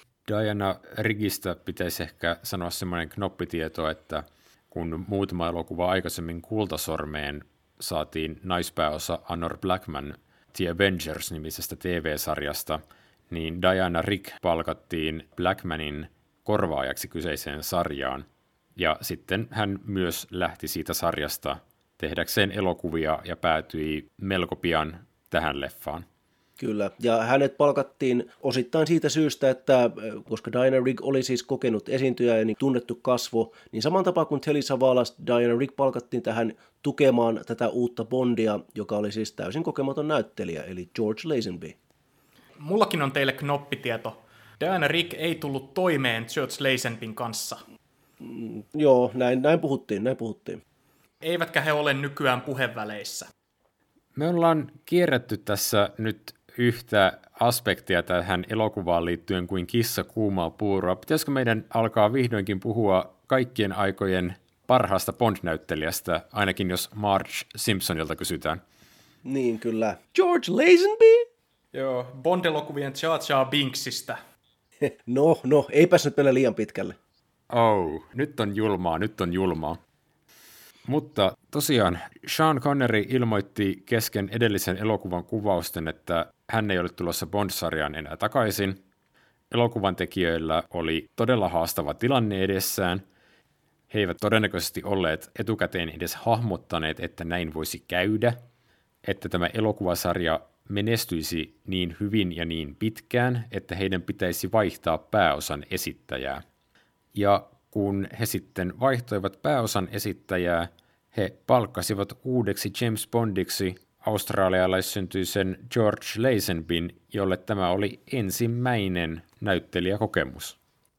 Speaker 4: Diana Riggistä pitäisi ehkä sanoa semmoinen knoppitieto, että kun muutama elokuva aikaisemmin Kultasormeen saatiin naispääosa Honor Blackman The Avengers-nimisestä T V-sarjasta, niin Diana Rigg palkattiin Blackmanin korvaajaksi kyseiseen sarjaan. Ja sitten hän myös lähti siitä sarjasta tehdäkseen elokuvia ja päätyi melko pian tähän leffaan. Kyllä,
Speaker 2: ja hänet palkattiin osittain siitä syystä, että koska Diana Rigg oli siis kokenut esiintyjä ja niin tunnettu kasvo, niin saman tapaan kuin Telly Savalas, Diana Rigg palkattiin tähän tukemaan tätä uutta Bondia, joka oli siis täysin kokematon näyttelijä, eli George Lazenby.
Speaker 3: Mullakin on teille knoppitieto. Diana Rigg ei tullut toimeen George Lazenbyn kanssa.
Speaker 2: Mm, joo, näin, näin puhuttiin, näin puhuttiin.
Speaker 3: Eivätkä he ole nykyään puheväleissä.
Speaker 4: Me ollaan kierrätty tässä nyt yhtä aspektia tähän elokuvaan liittyen kuin kissa kuumaa puuroa. Pitäisikö meidän alkaa vihdoinkin puhua kaikkien aikojen parhaasta Bond-näyttelijästä, ainakin jos Marge Simpsonilta kysytään?
Speaker 2: Niin, kyllä. George Lazenby?
Speaker 3: Joo, Bond-elokuvien Jar Jar Binksistä.
Speaker 2: no, no, ei päässyt mennä liian pitkälle.
Speaker 4: Oh, nyt on julmaa, nyt on julmaa. Mutta tosiaan Sean Connery ilmoitti kesken edellisen elokuvan kuvausten, että hän ei ole tulossa Bond-sarjaan enää takaisin, elokuvan tekijöillä oli todella haastava tilanne edessään. He eivät todennäköisesti olleet etukäteen edes hahmottaneet, että näin voisi käydä, että tämä elokuvasarja menestyisi niin hyvin ja niin pitkään, että heidän pitäisi vaihtaa pääosan esittäjää. Ja kun he sitten vaihtoivat pääosan esittäjää, he palkkasivat uudeksi James Bondiksi australialaissyntyisen George Lazenbyn, jolle tämä oli ensimmäinen näyttelijäkokemus.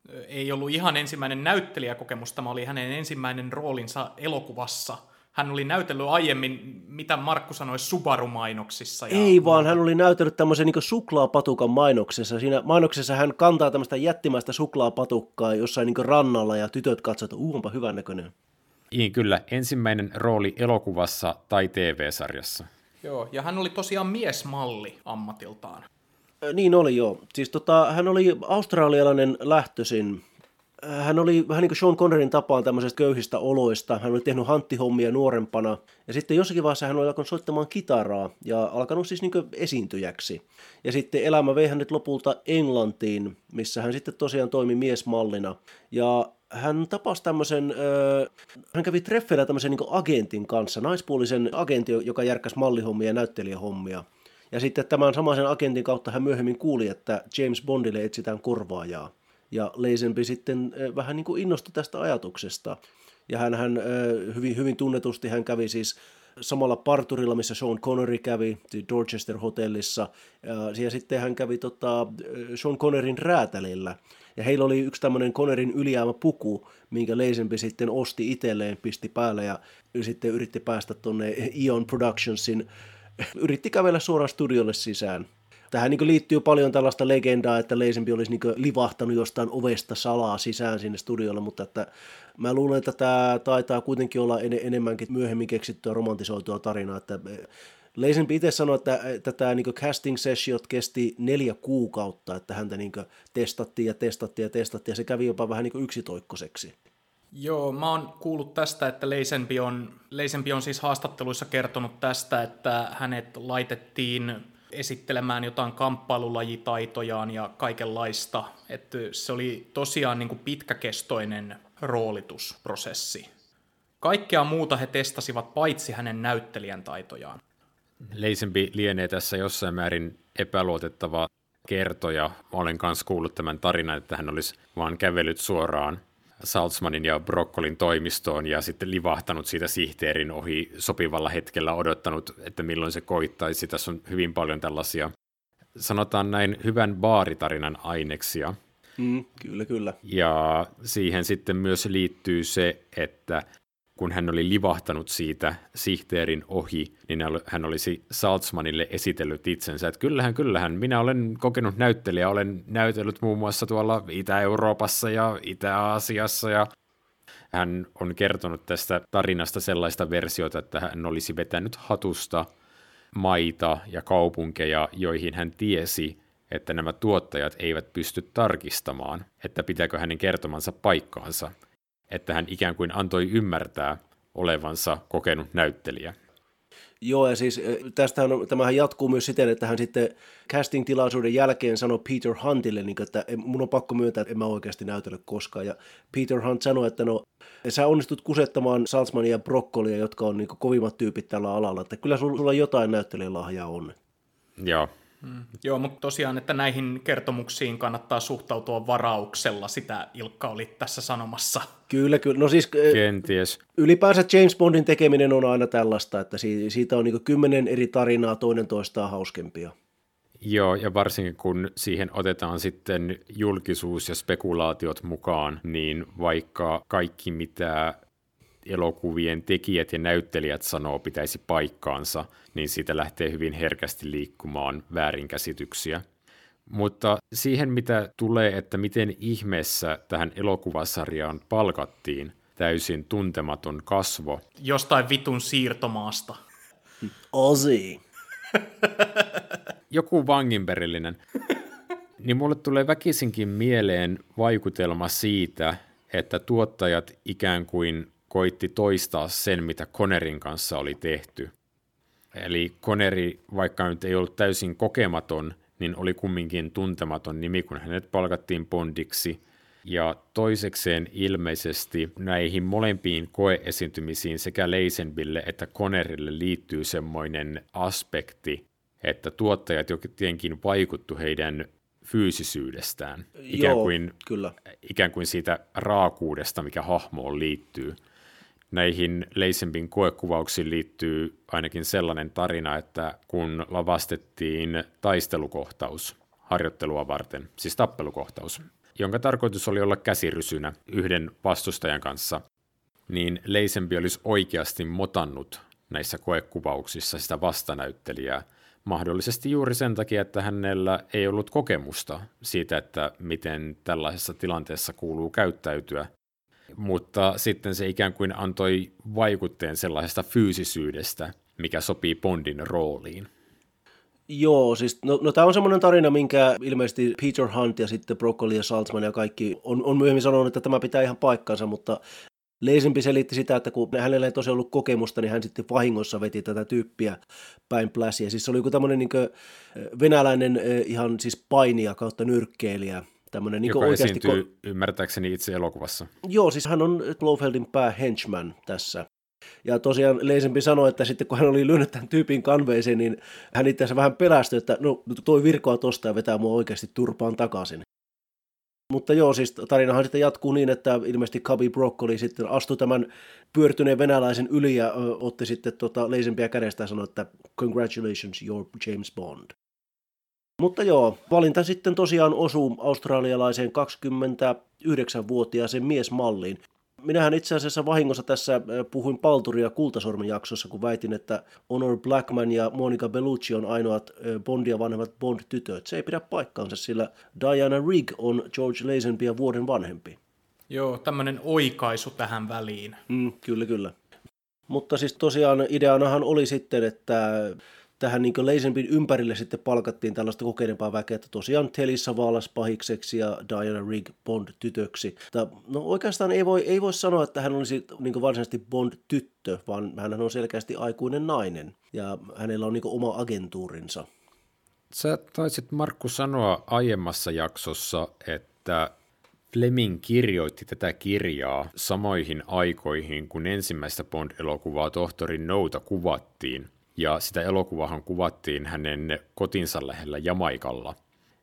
Speaker 3: Ei ollut ihan ensimmäinen näyttelijäkokemus, tämä oli hänen ensimmäinen roolinsa elokuvassa. Hän oli näytellyt aiemmin, mitä Markku sanoi, Subaru-mainoksissa. Ja
Speaker 2: Ei vaan, hän oli näytellyt tämmöisen niin suklaapatukan mainoksessa. Siinä mainoksessa hän kantaa tämmöistä jättimäistä suklaapatukkaa jossain niin rannalla ja tytöt katsovat, että uu, onpa hyvän näköinen.
Speaker 4: Niin kyllä, ensimmäinen rooli elokuvassa tai T V-sarjassa.
Speaker 3: Joo, ja hän oli tosiaan miesmalli ammatiltaan.
Speaker 2: Niin oli joo. Siis tota, hän oli australialainen lähtöisin. Hän oli vähän niin kuin Sean Connerin tapaan tämmöisestä köyhistä oloista. Hän oli tehnyt hanttihommia nuorempana. Ja sitten jossakin vaiheessa hän oli alkanut soittamaan kitaraa ja alkanut siis niin kuin esiintyjäksi. Ja sitten elämä vei hänet lopulta Englantiin, missä hän sitten tosiaan toimi miesmallina. Ja hän tapasi tämmöisen, äh, hän kävi treffeillä tämmöisen niin kuin agentin kanssa, naispuolisen agentin, joka järkkäsi mallihommia ja näyttelijähommia. Ja sitten tämän samaisen agentin kautta hän myöhemmin kuuli, että James Bondille etsitään korvaajaa. Ja Lazenby sitten äh, vähän niin kuin innostui tästä ajatuksesta. Ja hän, hän äh, hyvin, hyvin tunnetusti hän kävi siis samalla parturilla, missä Sean Connery kävi, Dorchester hotellissa. Ja, ja sitten hän kävi tota, Sean Connerin räätälillä. Ja heillä oli yksi tämmöinen Connerin ylijäämäpuku, minkä Lazenby sitten osti itselleen, pisti päälle ja sitten yritti päästä tuonne Eon Productionsin, yritti kävellä suoraan studiolle sisään. Tähän niin liittyy paljon tällaista legendaa, että Lazenby olisi niin livahtanut jostain ovesta salaa sisään sinne studiolle, mutta että mä luulen, että tämä taitaa kuitenkin olla en- enemmänkin myöhemmin keksittyä romantisoitua tarinaa, että Lazenby itse sanoi, että, että tämä niin casting sessiot kesti neljä kuukautta, että häntä niin testattiin ja testattiin ja testattiin, ja se kävi jopa vähän niin yksitoikkoiseksi.
Speaker 3: Joo, mä oon kuullut tästä, että Lazenby on, Lazenby on siis haastatteluissa kertonut tästä, että hänet laitettiin esittelemään jotain kamppailulajitaitojaan ja kaikenlaista. Että se oli tosiaan niin kuin pitkäkestoinen roolitusprosessi. Kaikkea muuta he testasivat paitsi hänen näyttelijän taitojaan.
Speaker 4: Lazenby lienee tässä jossain määrin epäluotettava kertoja. Mä olen kanssa kuullut tämän tarinan, että hän olisi vaan kävellyt suoraan Saltzmanin ja Broccolin toimistoon ja sitten livahtanut siitä sihteerin ohi sopivalla hetkellä, odottanut, että milloin se koittaisi. Tässä on hyvin paljon tällaisia, sanotaan näin, hyvän baaritarinan aineksia.
Speaker 2: Mm, kyllä, kyllä.
Speaker 4: Ja siihen sitten myös liittyy se, että kun hän oli livahtanut siitä sihteerin ohi, niin hän olisi Saltzmanille esitellyt itsensä, että kyllähän, kyllähän, minä olen kokenut näyttelijä, olen näytellyt muun muassa tuolla Itä-Euroopassa ja Itä-Aasiassa, ja hän on kertonut tästä tarinasta sellaista versiota, että hän olisi vetänyt hatusta maita ja kaupunkeja, joihin hän tiesi, että nämä tuottajat eivät pysty tarkistamaan, että pitääkö hänen kertomansa paikkaansa. Että hän ikään kuin antoi ymmärtää olevansa kokenut näyttelijä.
Speaker 2: Joo, ja siis tästähän tämähän jatkuu myös siten, että hän sitten casting-tilaisuuden jälkeen sanoi Peter Huntille, että mun on pakko myöntää, että en mä oikeasti näytellyt koskaan. Ja Peter Hunt sanoi, että no, sä onnistut kusettamaan Saltzmania ja Broccolia, jotka on niin kovimmat tyypit tällä alalla, että kyllä sulla jotain näyttelijälahjaa on.
Speaker 4: Joo.
Speaker 3: Mm. Joo, mutta tosiaan, että näihin kertomuksiin kannattaa suhtautua varauksella, sitä Ilkka oli tässä sanomassa.
Speaker 2: Kyllä, kyllä. No siis
Speaker 4: kenties.
Speaker 2: Ylipäänsä James Bondin tekeminen on aina tällaista, että siitä on niin kymmenen eri tarinaa, toinen toistaan hauskempia.
Speaker 4: Joo, ja varsinkin kun siihen otetaan sitten julkisuus ja spekulaatiot mukaan, niin vaikka kaikki mitä elokuvien tekijät ja näyttelijät sanoo pitäisi paikkaansa, niin siitä lähtee hyvin herkästi liikkumaan väärinkäsityksiä. Mutta siihen, mitä tulee, että miten ihmeessä tähän elokuvasarjaan palkattiin täysin tuntematon kasvo.
Speaker 3: Jostain vitun siirtomaasta.
Speaker 2: Ozzy.
Speaker 4: Joku vanginperillinen. Niin mulle tulee väkisinkin mieleen vaikutelma siitä, että tuottajat ikään kuin koitti toistaa sen, mitä Connerin kanssa oli tehty. Eli Connery, vaikka nyt ei ollut täysin kokematon niin oli kumminkin tuntematon nimi, kun hänet palkattiin Bondiksi. Ja toisekseen ilmeisesti näihin molempiin koeesiintymisiin sekä Lazenbylle että Connerille liittyy semmoinen aspekti, että tuottajat jotenkin vaikuttu heidän fyysisyydestään, ikään kuin,
Speaker 2: Joo, kyllä.
Speaker 4: ikään kuin siitä raakuudesta, mikä hahmoon liittyy. Näihin Lazenbyn koekuvauksiin liittyy ainakin sellainen tarina, että kun lavastettiin taistelukohtaus harjoittelua varten, siis tappelukohtaus, jonka tarkoitus oli olla käsirysynä yhden vastustajan kanssa, niin Lazenby olisi oikeasti motannut näissä koekuvauksissa sitä vastanäyttelijää, mahdollisesti juuri sen takia, että hänellä ei ollut kokemusta siitä, että miten tällaisessa tilanteessa kuuluu käyttäytyä, mutta sitten se ikään kuin antoi vaikutteen sellaisesta fyysisyydestä, mikä sopii Bondin rooliin.
Speaker 2: Joo, siis no, no tämä on semmoinen tarina, minkä ilmeisesti Peter Hunt ja sitten Broccoli ja Saltzman ja kaikki on, on myöhemmin sanonut, että tämä pitää ihan paikkansa, mutta Lazenby selitti sitä, että kun hänellä ei tosiaan ollut kokemusta, niin hän sitten vahingossa veti tätä tyyppiä päin pläsiä. Siis se oli joku tämmöinen niin venäläinen ihan siis painija kautta nyrkkeilijä. Tämmöinen,
Speaker 4: joka
Speaker 2: niin
Speaker 4: esiintyy
Speaker 2: ko-
Speaker 4: ymmärtääkseni itse elokuvassa.
Speaker 2: Joo, siis hän on Blofeldin pää henchman tässä. Ja tosiaan Lazenby sanoi, että sitten kun hän oli lyönyt tämän tyypin kanveeseen, niin hän itse asiassa vähän pelästyi, että no toi virkoa tosta ja vetää mua oikeasti turpaan takaisin. Mutta joo, siis tarinahan sitten jatkuu niin, että ilmeisesti Cubby Broccoli sitten astui tämän pyörtyneen venäläisen yli ja ö, otti sitten tota Lazenbyä kädestä ja sanoi, että congratulations, you're James Bond. Mutta joo, valinta sitten tosiaan osuu australialaiseen kaksikymmentäyhdeksänvuotiaaseen miesmalliin. Minähän itse asiassa vahingossa tässä puhuin Palturia Kultasormen jaksossa, kun väitin, että Honor Blackman ja Monica Bellucci on ainoat Bondia vanhemmat Bond-tytöt. Se ei pidä paikkaansa, sillä Diana Rigg on George Lazenbya vuoden vanhempi.
Speaker 3: Joo, tämmöinen oikaisu tähän väliin.
Speaker 2: Mm, kyllä, kyllä. Mutta siis tosiaan ideanahan oli sitten, että tähän niin Lazenbyn ympärille sitten palkattiin tällaista kokeneempaa väkeä, että tosiaan Telly Savalas pahikseksi ja Diana Rigg Bond-tytöksi. No oikeastaan ei voi, ei voi sanoa, että hän olisi niin varsinaisesti Bond-tyttö, vaan hän on selkeästi aikuinen nainen ja hänellä on niin oma agentuurinsa.
Speaker 4: Sä taisit, Markku, sanoa aiemmassa jaksossa, että Fleming kirjoitti tätä kirjaa samoihin aikoihin, kun ensimmäistä Bond-elokuvaa Tohtori Nouta kuvattiin. Ja sitä elokuvahan kuvattiin hänen kotinsa lähellä Jamaikalla.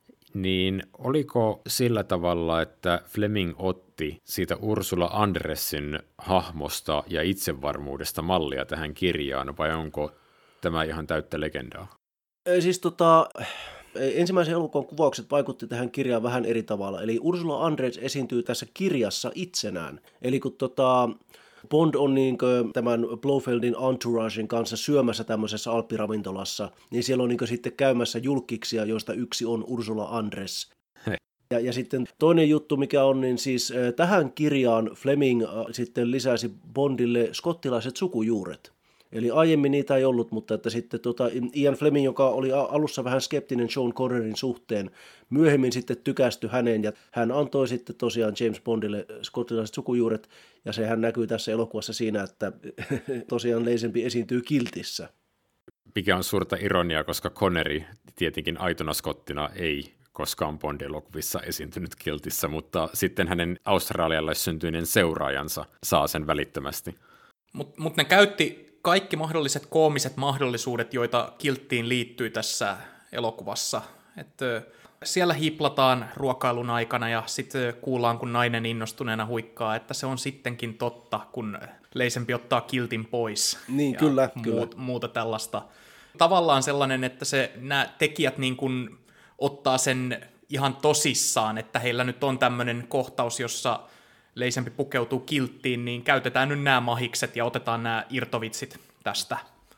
Speaker 4: Niin oliko sillä tavalla, että Fleming otti siitä Ursula Andressin hahmosta ja itsevarmuudesta mallia tähän kirjaan, vai onko tämä ihan täyttä legendaa?
Speaker 2: Siis tota, ensimmäisen elokuvan kuvaukset vaikutti tähän kirjaan vähän eri tavalla. Eli Ursula Andress esiintyy tässä kirjassa itsenään. Eli kun tota, Bond on niin tämän Blofeldin entouragen kanssa syömässä tämmöisessä alppiravintolassa, niin siellä on niin sitten käymässä julkkiksia, joista yksi on Ursula Andress. Ja, ja sitten toinen juttu, mikä on, niin siis äh, tähän kirjaan Fleming äh, sitten lisäsi Bondille skottilaiset sukujuuret. Eli aiemmin niitä ei ollut, mutta että sitten tota, Ian Fleming, joka oli alussa vähän skeptinen Sean Connerin suhteen, myöhemmin sitten tykästyi häneen ja hän antoi sitten tosiaan James Bondille skottilaiset sukujuuret ja sehän näkyy tässä elokuvassa siinä, että tosiaan Lazenby esiintyy kiltissä.
Speaker 4: Mikä on suurta ironiaa, koska Connery tietenkin aitona skottina ei koskaan Bond-elokuvissa esiintynyt kiltissä, mutta sitten hänen australialaissyntyinen seuraajansa saa sen välittömästi.
Speaker 3: Mutta mut ne käytti kaikki mahdolliset koomiset mahdollisuudet, joita kilttiin liittyy tässä elokuvassa. Että siellä hiplataan ruokailun aikana ja sitten kuullaan, kun nainen innostuneena huikkaa, että se on sittenkin totta, kun Lazenby ottaa kiltin pois.
Speaker 2: Niin,
Speaker 3: ja
Speaker 2: kyllä,
Speaker 3: muut,
Speaker 2: kyllä.
Speaker 3: Muuta tällaista. Tavallaan sellainen, että se, nämä tekijät niin kuin ottaa sen ihan tosissaan, että heillä nyt on tämmöinen kohtaus, jossa Lazenby pukeutuu kilttiin, niin käytetään nyt nämä mahikset ja otetaan nämä irtovitsit tästä.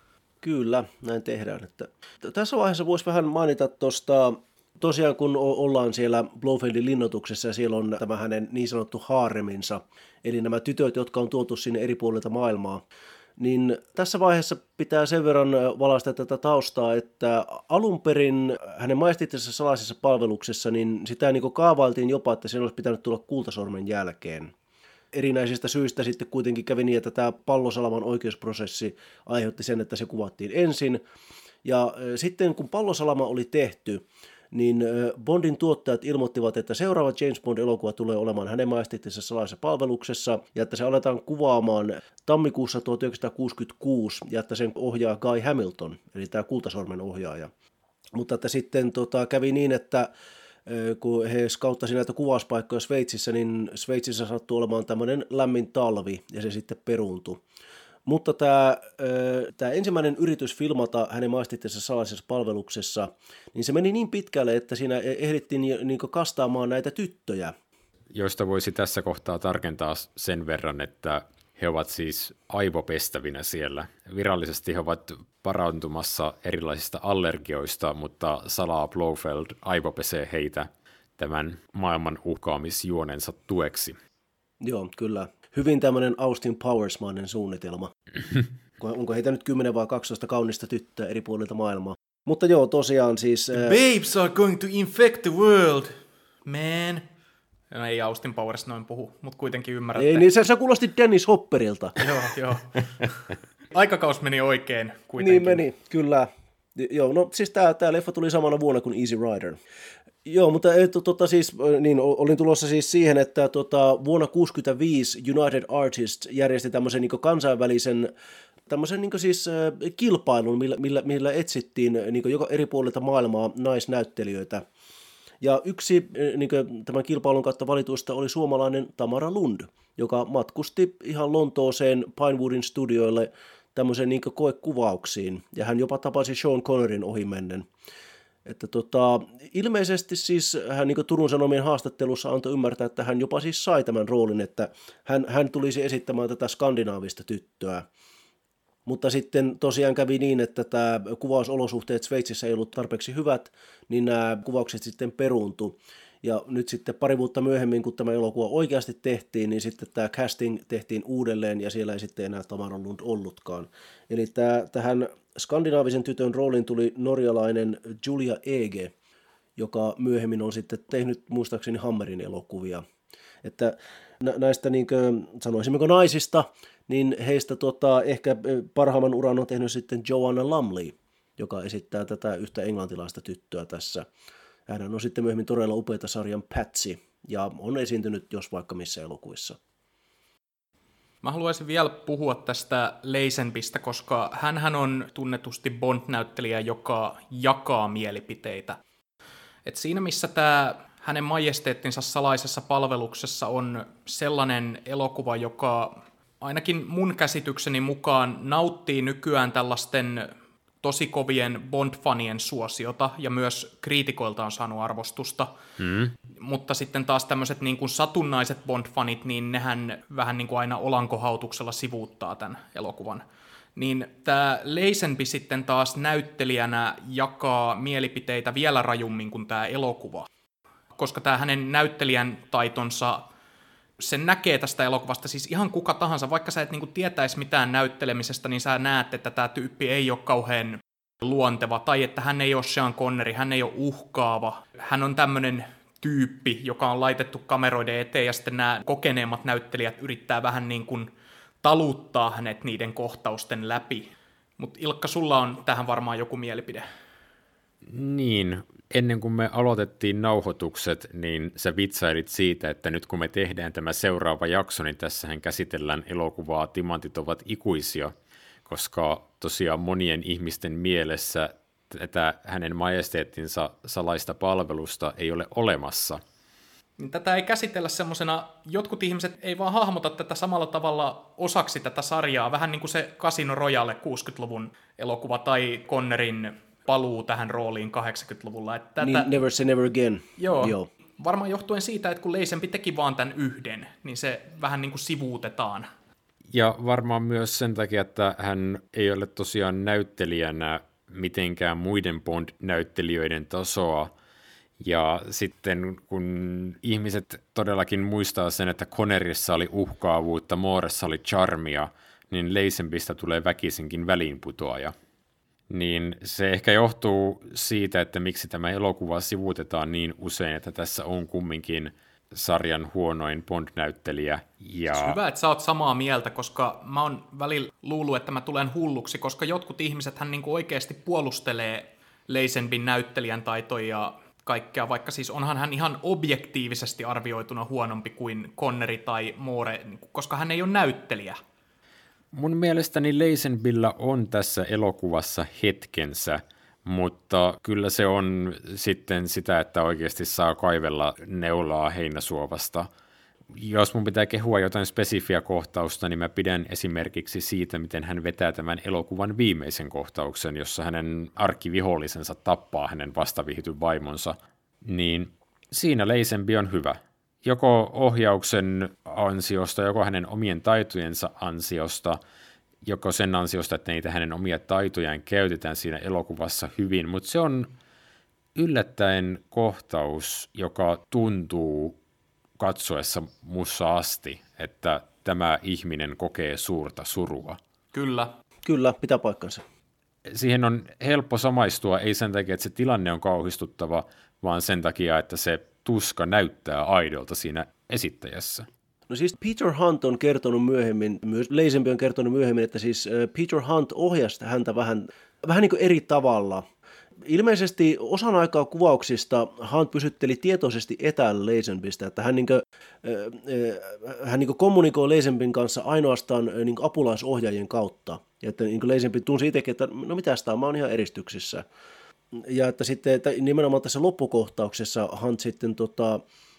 Speaker 2: Kyllä, näin tehdään. Että tässä vaiheessa voisi vähän mainita tuosta, tosiaan kun ollaan siellä Blofeldin linnoituksessa ja siellä on tämä hänen niin sanottu haareminsa, eli nämä tytöt, jotka on tuotu sinne eri puolilta maailmaa, niin tässä vaiheessa pitää sen verran valaista tätä taustaa, että alun perin hänen maistittisessa salaisessa palveluksessa, niin sitä niin kuin kaavailtiin jopa, että sen olisi pitänyt tulla Kultasormen jälkeen. Erinäisistä syistä sitten kuitenkin kävi niin, että tämä Pallosalaman oikeusprosessi aiheutti sen, että se kuvattiin ensin. Ja sitten kun Pallosalama oli tehty, niin Bondin tuottajat ilmoittivat, että seuraava James Bond-elokuva tulee olemaan hänen majesteettinsa salaisessa palveluksessa, ja että se aletaan kuvaamaan tammikuussa tuhatyhdeksänsataakuusikymmentäkuusi, ja että sen ohjaa Guy Hamilton, eli tämä Kultasormen ohjaaja. Mutta että sitten tota, kävi niin, että kun he skauttasivat näitä kuvauspaikkoja Sveitsissä, niin Sveitsissä sattui olemaan tämmöinen lämmin talvi, ja se sitten peruuntui. Mutta tämä, tämä ensimmäinen yritys filmata hänen maistittensa salaisessa palveluksessa, niin se meni niin pitkälle, että siinä ehdittiin niin kastaamaan näitä tyttöjä.
Speaker 4: Joista voisi tässä kohtaa tarkentaa sen verran, että he ovat siis aivopestävinä siellä. Virallisesti he ovat parantumassa erilaisista allergioista, mutta salaa Blofeld aivopesee heitä tämän maailman uhkaamisjuonensa tueksi.
Speaker 2: Joo, kyllä. Hyvin tämmöinen Austin Powers-mainen suunnitelma. Onko heitä nyt kymmenen vai kaksitoista kaunista tyttöä eri puolilta maailmaa. Mutta joo, tosiaan siis...
Speaker 3: The babes are going to infect the world, man. No ei Austin Powers noin puhu, mutta kuitenkin ymmärrätte.
Speaker 2: Ei, niin se, se kuulosti Dennis Hopperilta.
Speaker 3: Joo, joo. Aikakaus meni oikein kuitenkin.
Speaker 2: Niin meni, kyllä. Joo, no siis tämä, tämä leffa tuli samana vuonna kuin Easy Rider. Joo, mutta et, tota, siis, niin, olin tulossa siis siihen, että tota, vuonna tuhatyhdeksänsataakuusikymmentäviisi United Artists järjesti tämmöisen niin kansainvälisen tämmöisen niin siis, äh, kilpailun, millä, millä, millä etsittiin niin joka eri puolilta maailmaa naisnäyttelijöitä. Ja yksi niin kuin, tämän kilpailun kautta valituista oli suomalainen Tamara Lund, joka matkusti ihan Lontooseen Pinewoodin studioille tämmöisen niin kuin koekuvauksiin, ja hän jopa tapasi Sean Connerin ohimennen. Että tota, ilmeisesti siis hän niin kuin Turun Sanomien haastattelussa antoi ymmärtää, että hän jopa siis sai tämän roolin, että hän, hän tulisi esittämään tätä skandinaavista tyttöä. Mutta sitten tosiaan kävi niin, että tämä kuvausolosuhteet Sveitsissä ei ollut tarpeeksi hyvät, niin nämä kuvaukset sitten peruuntui. Ja nyt sitten pari vuotta myöhemmin, kun tämä elokuva oikeasti tehtiin, niin sitten tämä casting tehtiin uudelleen ja siellä ei sitten enää Tamara Lund ollutkaan. Eli tämä, tähän skandinaavisen tytön rooliin tuli norjalainen Julia Ege, joka myöhemmin on sitten tehnyt muistaakseni Hammerin elokuvia. Että näistä niin kuin, sanoisimmeko naisista, niin heistä tota, ehkä parhaimman uran on tehnyt sitten Joanna Lumley, joka esittää tätä yhtä englantilaista tyttöä tässä. Hän on sitten myöhemmin todella upeita sarjan Patsy ja on esiintynyt jos vaikka missä elokuvissa.
Speaker 3: Mä haluaisin vielä puhua tästä Lazenbystä, koska hänhän on tunnetusti Bond-näyttelijä, joka jakaa mielipiteitä. Et siinä missä tämä hänen majesteettinsa salaisessa palveluksessa on sellainen elokuva, joka ainakin mun käsitykseni mukaan nauttii nykyään tällaisten tosi kovien Bond-fanien suosiota, ja myös kriitikoilta on saanut arvostusta. Mm. Mutta sitten taas tämmöiset niin kuin satunnaiset Bond-fanit, niin nehän vähän niin kuin aina olankohautuksella sivuuttaa tämän elokuvan. Niin tämä Lazenby sitten taas näyttelijänä jakaa mielipiteitä vielä rajummin kuin tämä elokuva. Koska tämä hänen näyttelijän taitonsa, sen näkee tästä elokuvasta, siis ihan kuka tahansa, vaikka sä et niinku tietäisi mitään näyttelemisestä, niin sä näet, että tämä tyyppi ei ole kauhean luonteva, tai että hän ei ole Sean Connery, hän ei ole uhkaava. Hän on tämmöinen tyyppi, joka on laitettu kameroiden eteen, ja sitten nämä kokeneemmat näyttelijät yrittää vähän niin kuin taluttaa hänet niiden kohtausten läpi. Mutta Ilkka, sulla on tähän varmaan joku mielipide.
Speaker 4: Niin, ennen kuin me aloitettiin nauhoitukset, niin sä vitsailit siitä, että nyt kun me tehdään tämä seuraava jakso, niin tässähän käsitellään elokuvaa Timantit ovat ikuisia, koska tosiaan monien ihmisten mielessä tätä hänen majesteettinsa salaista palvelusta ei ole olemassa.
Speaker 3: Tätä ei käsitellä semmoisena, jotkut ihmiset ei vaan hahmota tätä samalla tavalla osaksi tätä sarjaa, vähän niin kuin se Casino Royale kuusikymmentäluvun elokuva tai Connerin paluu tähän rooliin kahdeksankymmentäluvulla. Että tätä,
Speaker 2: niin, Never Say Never Again.
Speaker 3: Joo, joo, varmaan johtuen siitä, että kun Lazenby teki vaan tämän yhden, niin se vähän niin kuin sivuutetaan.
Speaker 4: Ja varmaan myös sen takia, että hän ei ole tosiaan näyttelijänä mitenkään muiden Bond-näyttelijöiden tasoa. Ja sitten kun ihmiset todellakin muistaa sen, että Connerissa oli uhkaavuutta, Mooressa oli charmia, niin Lazenbystä tulee väkisinkin väliinputoaja. Niin se ehkä johtuu siitä, että miksi tämä elokuva sivuutetaan niin usein, että tässä on kumminkin sarjan huonoin Bond-näyttelijä. Ja...
Speaker 3: Hyvä, että sä oot samaa mieltä, koska mä oon välillä luullut, että mä tulen hulluksi, koska jotkut ihmisethän niinku oikeasti puolustelee Lazenbyn näyttelijän taitoja kaikkea, vaikka siis onhan hän ihan objektiivisesti arvioituna huonompi kuin Connery tai Moore, koska hän ei ole näyttelijä.
Speaker 4: Mun mielestäni Lazenbyllä on tässä elokuvassa hetkensä, mutta kyllä se on sitten sitä, että oikeasti saa kaivella neulaa heinäsuovasta. Jos mun pitää kehua jotain spesifiä kohtausta, niin mä pidän esimerkiksi siitä, miten hän vetää tämän elokuvan viimeisen kohtauksen, jossa hänen arkkivihollisensa tappaa hänen vastaviihdytyn vaimonsa, niin siinä Lazenby on hyvä. Joko ohjauksen ansiosta, joko hänen omien taitojensa ansiosta, joko sen ansiosta, että niitä hänen omia taitojaan käytetään siinä elokuvassa hyvin, mutta se on yllättäen kohtaus, joka tuntuu katsoessa mussa asti, että tämä ihminen kokee suurta surua.
Speaker 3: Kyllä.
Speaker 2: Kyllä, pitää paikkansa.
Speaker 4: Siihen on helppo samaistua, ei sen takia, että se tilanne on kauhistuttava, vaan sen takia, että se tuska näyttää aidolta siinä esittäjässä.
Speaker 2: No siis Peter Hunt on kertonut myöhemmin, myös Lazenby on kertonut myöhemmin, että siis Peter Hunt ohjasi häntä vähän, vähän niin kuin eri tavalla. Ilmeisesti osan aikaa kuvauksista Hunt pysytteli tietoisesti etäällä Lazenbystä, että hän, niin kuin, hän niin kuin kommunikoi Lazenbyn kanssa ainoastaan niin kuin apulaisohjaajien kautta. Ja että niin kuin Lazenby tunsi itsekin, että no mitäs tämä, mä oon ihan eristyksissä. Ja että sitten että nimenomaan tässä loppukohtauksessa Hunt sitten, tota,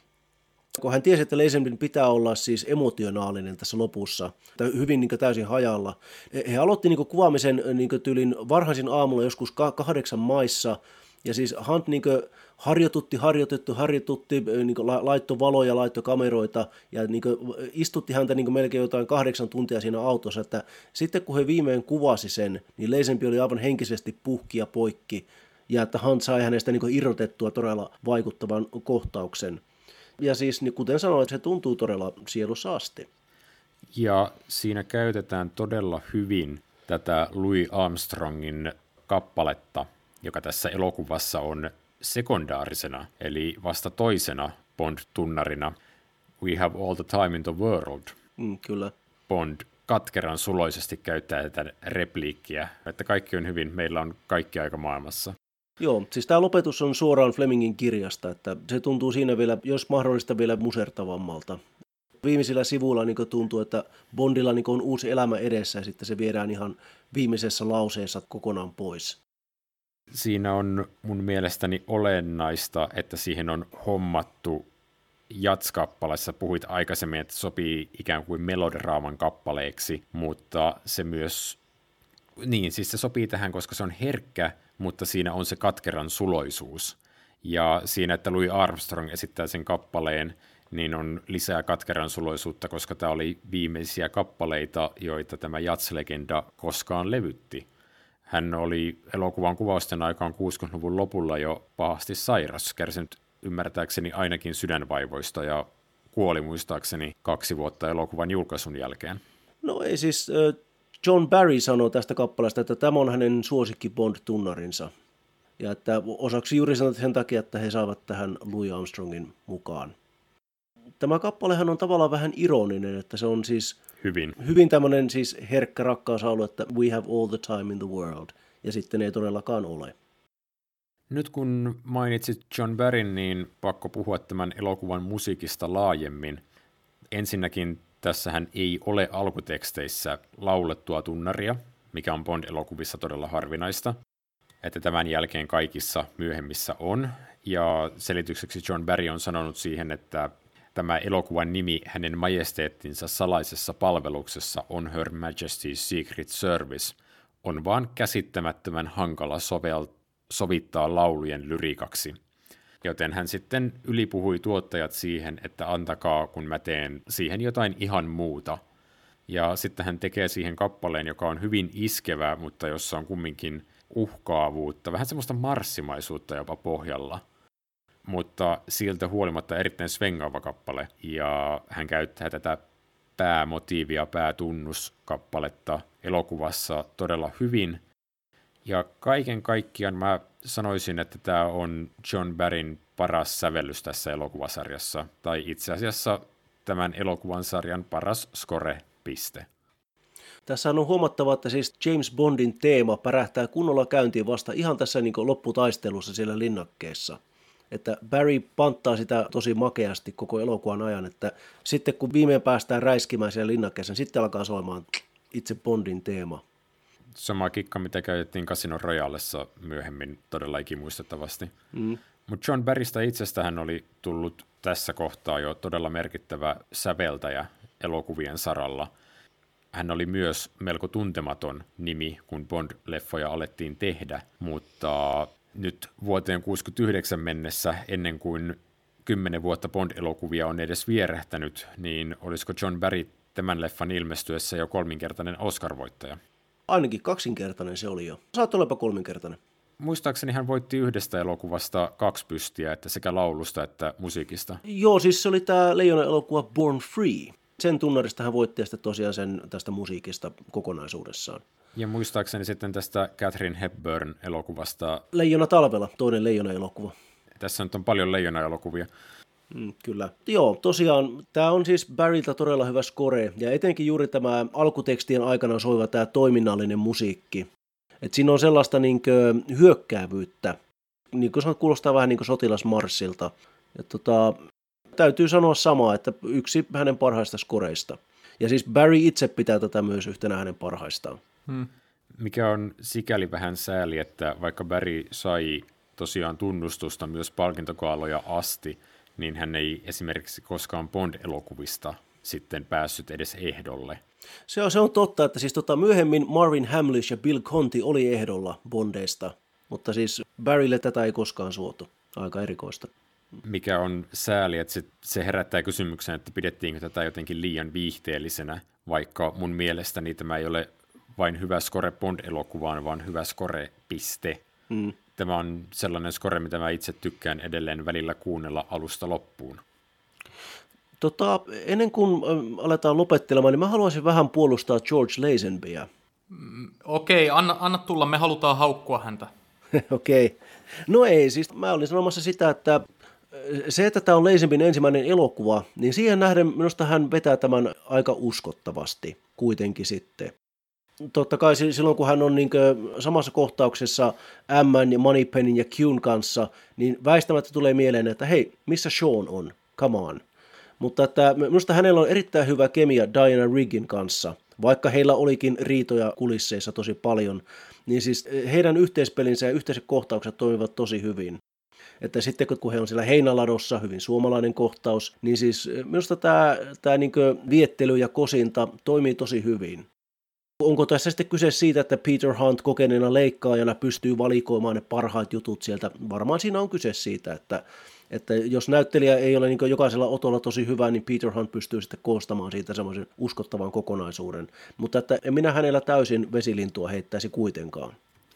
Speaker 2: kun hän tiesi, että Lazenbyn pitää olla siis emotionaalinen tässä lopussa, hyvin niin kuin täysin hajalla. He aloitti niin kuin kuvaamisen niin kuin tyylin varhaisin aamulla joskus kahdeksan maissa, ja siis Hunt niin kuin harjoitutti, harjoitettu, harjoitutti, niin kuin laittoi valoja, laittoi kameroita, ja niin kuin istutti häntä niin kuin melkein jotain kahdeksan tuntia siinä autossa, että sitten kun he viimein kuvasi sen, niin Lazenby oli aivan henkisesti puhki ja poikki, ja että Hunt sai hänestä niin kuin irrotettua todella vaikuttavan kohtauksen. Ja siis, niin kuten sanoin, se tuntuu todella sielussa asti.
Speaker 4: Ja siinä käytetään todella hyvin tätä Louis Armstrongin kappaletta, joka tässä elokuvassa on sekundaarisena, eli vasta toisena Bond-tunnarina. We have all the time in the world.
Speaker 2: Mm, kyllä.
Speaker 4: Bond katkeran suloisesti käyttää tätä repliikkiä, että kaikki on hyvin, meillä on kaikki aika maailmassa.
Speaker 2: Joo, siis tämä lopetus on suoraan Flemingin kirjasta, että se tuntuu siinä vielä, jos mahdollista, vielä musertavammalta. Viimeisillä sivuilla niin tuntuu, että Bondilla niin on uusi elämä edessä ja sitten se viedään ihan viimeisessä lauseessa kokonaan pois.
Speaker 4: Siinä on mun mielestäni olennaista, että siihen on hommattu jatskappaleessa. Puhuit aikaisemmin, että sopii ikään kuin melodraaman kappaleeksi, mutta se myös, niin siis se sopii tähän, koska se on herkkä, mutta siinä on se katkeran suloisuus. Ja siinä, että Louis Armstrong esittää sen kappaleen, niin on lisää katkeran suloisuutta, koska tämä oli viimeisiä kappaleita, joita tämä jatslegenda koskaan levytti. Hän oli elokuvan kuvausten aikaan kuusikymmentäluvun lopulla jo pahasti sairas, kärsinyt ymmärtääkseni ainakin sydänvaivoista ja kuoli muistaakseni kaksi vuotta elokuvan julkaisun jälkeen.
Speaker 2: No ei siis, John Barry sanoi tästä kappaleesta, että tämä on hänen suosikki Bond-tunnarinsa. Ja että osaksi juuri sen takia, että he saavat tähän Louis Armstrongin mukaan. Tämä kappalehan on tavallaan vähän ironinen, että se on siis
Speaker 4: hyvin,
Speaker 2: hyvin tämmöinen siis herkkä rakkauslaulu, että we have all the time in the world, ja sitten ei todellakaan ole.
Speaker 4: Nyt kun mainitsit John Barryn, niin pakko puhua tämän elokuvan musiikista laajemmin. Ensinnäkin tässähän ei ole alkuteksteissä laulettua tunnaria, mikä on Bond-elokuvissa todella harvinaista, että tämän jälkeen kaikissa myöhemmissä on, ja selitykseksi John Barry on sanonut siihen, että tämä elokuvan nimi hänen majesteettinsa salaisessa palveluksessa on Her Majesty's Secret Service, on vaan käsittämättömän hankala sovel- sovittaa laulujen lyriikaksi. Joten hän sitten ylipuhui tuottajat siihen, että antakaa, kun mä teen siihen jotain ihan muuta. Ja sitten hän tekee siihen kappaleen, joka on hyvin iskevä, mutta jossa on kumminkin uhkaavuutta, vähän semmoista marssimaisuutta jopa pohjalla. Mutta siltä huolimatta erittäin svengaava kappale, ja hän käyttää tätä päämotiivia, päätunnuskappaletta elokuvassa todella hyvin. Ja kaiken kaikkiaan mä sanoisin, että tämä on John Barryn paras sävellys tässä elokuvasarjassa, tai itse asiassa tämän elokuvan sarjan paras score-piste.
Speaker 2: Tässä on huomattava, että siis James Bondin teema pärähtää kunnolla käyntiin vasta ihan tässä niin kuin lopputaistelussa siellä linnakkeessa. että Barry panttaa sitä tosi makeasti koko elokuvan ajan, että sitten kun viimein päästään räiskimään siellä linnakkeessa, niin sitten alkaa soimaan itse Bondin teema.
Speaker 4: Sama kikka, mitä käytettiin Casino Royalessa myöhemmin todella ikimuistettavasti. Mm. Mutta John Barrystä itsestähän oli tullut tässä kohtaa jo todella merkittävä säveltäjä elokuvien saralla. Hän oli myös melko tuntematon nimi, kun Bond-leffoja alettiin tehdä, mutta nyt vuoteen kuusikymmentäyhdeksän mennessä, ennen kuin kymmenen vuotta Bond-elokuvia on edes vierähtänyt, niin olisiko John Barry tämän leffan ilmestyessä jo kolminkertainen Oscar-voittaja?
Speaker 2: Ainakin kaksinkertainen se oli jo. Saat olepa kolminkertainen.
Speaker 4: Muistaakseni hän voitti yhdestä elokuvasta kaksi pystiä, että sekä laulusta että musiikista.
Speaker 2: Joo, siis se oli tämä Leijona-elokuva Born Free. Sen tunnarista hän voitti sitten tosiaan sen tästä musiikista kokonaisuudessaan.
Speaker 4: Ja muistaakseni sitten tästä Katharine Hepburn-elokuvasta.
Speaker 2: Leijona talvella, toinen Leijona-elokuva.
Speaker 4: Tässä nyt on paljon Leijona-elokuvia.
Speaker 2: Mm, kyllä. Joo, tosiaan tämä on siis Barryltä todella hyvä score, ja etenkin juuri tämä alkutekstien aikana soiva tämä toiminnallinen musiikki. Et siinä on sellaista niinkö hyökkäävyyttä, niin kuin se kuulostaa vähän niin kuin sotilasmarssilta. Ja tota, täytyy sanoa samaa, että yksi hänen parhaista skoreista. Ja siis Barry itse pitää tätä myös yhtenä hänen parhaistaan.
Speaker 4: Hmm. Mikä on sikäli vähän sääli, että vaikka Barry sai tosiaan tunnustusta myös palkintokaaloja asti, niin hän ei esimerkiksi koskaan Bond-elokuvista sitten päässyt edes ehdolle.
Speaker 2: Se on, se on totta, että siis tota, myöhemmin Marvin Hamlish ja Bill Conti oli ehdolla Bondeista, mutta siis Barrylle tätä ei koskaan suotu. Aika erikoista.
Speaker 4: Mikä on sääli, että se, se herättää kysymyksen, että pidettiinkö tätä jotenkin liian viihteellisenä, vaikka mun mielestäni tämä ei ole vain hyvä score Bond-elokuvaan, vaan hyvä score piste. Mm. Tämä on sellainen score, mitä mä itse tykkään edelleen välillä kuunnella alusta loppuun.
Speaker 2: Tota, ennen kuin aletaan lopettelemaan, niin mä haluaisin vähän puolustaa George Lazenbyä.
Speaker 3: Mm, Okei, okay, anna, anna tulla, me halutaan haukkua häntä.
Speaker 2: Okei. Okay. No ei, siis mä olin sanomassa sitä, että se, että tämä on Lazenbyn ensimmäinen elokuva, niin siihen nähden minusta hän vetää tämän aika uskottavasti kuitenkin sitten. Totta kai silloin, kun hän on niin samassa kohtauksessa M:n ja Moneypennin ja Qn kanssa, niin väistämättä tulee mieleen, että hei, missä Sean on? Come on. Mutta että minusta hänellä on erittäin hyvä kemia Diana Riggin kanssa, vaikka heillä olikin riitoja kulisseissa tosi paljon, niin siis heidän yhteispelinsä ja yhteiset kohtaukset toimivat tosi hyvin. Että sitten kun he on siellä heinäladossa, hyvin suomalainen kohtaus, niin siis minusta tämä, tämä niin kuin viettely ja kosinta toimii tosi hyvin. Onko tässä sitten kyse siitä, että Peter Hunt kokeneena leikkaajana pystyy valikoimaan ne parhaat jutut sieltä? Varmaan siinä on kyse siitä, että, että jos näyttelijä ei ole niin jokaisella otolla tosi hyvä, niin Peter Hunt pystyy sitten koostamaan siitä semmoisen uskottavan kokonaisuuden. Mutta että en minä hänellä täysin vesilintua heittäisi kuitenkaan.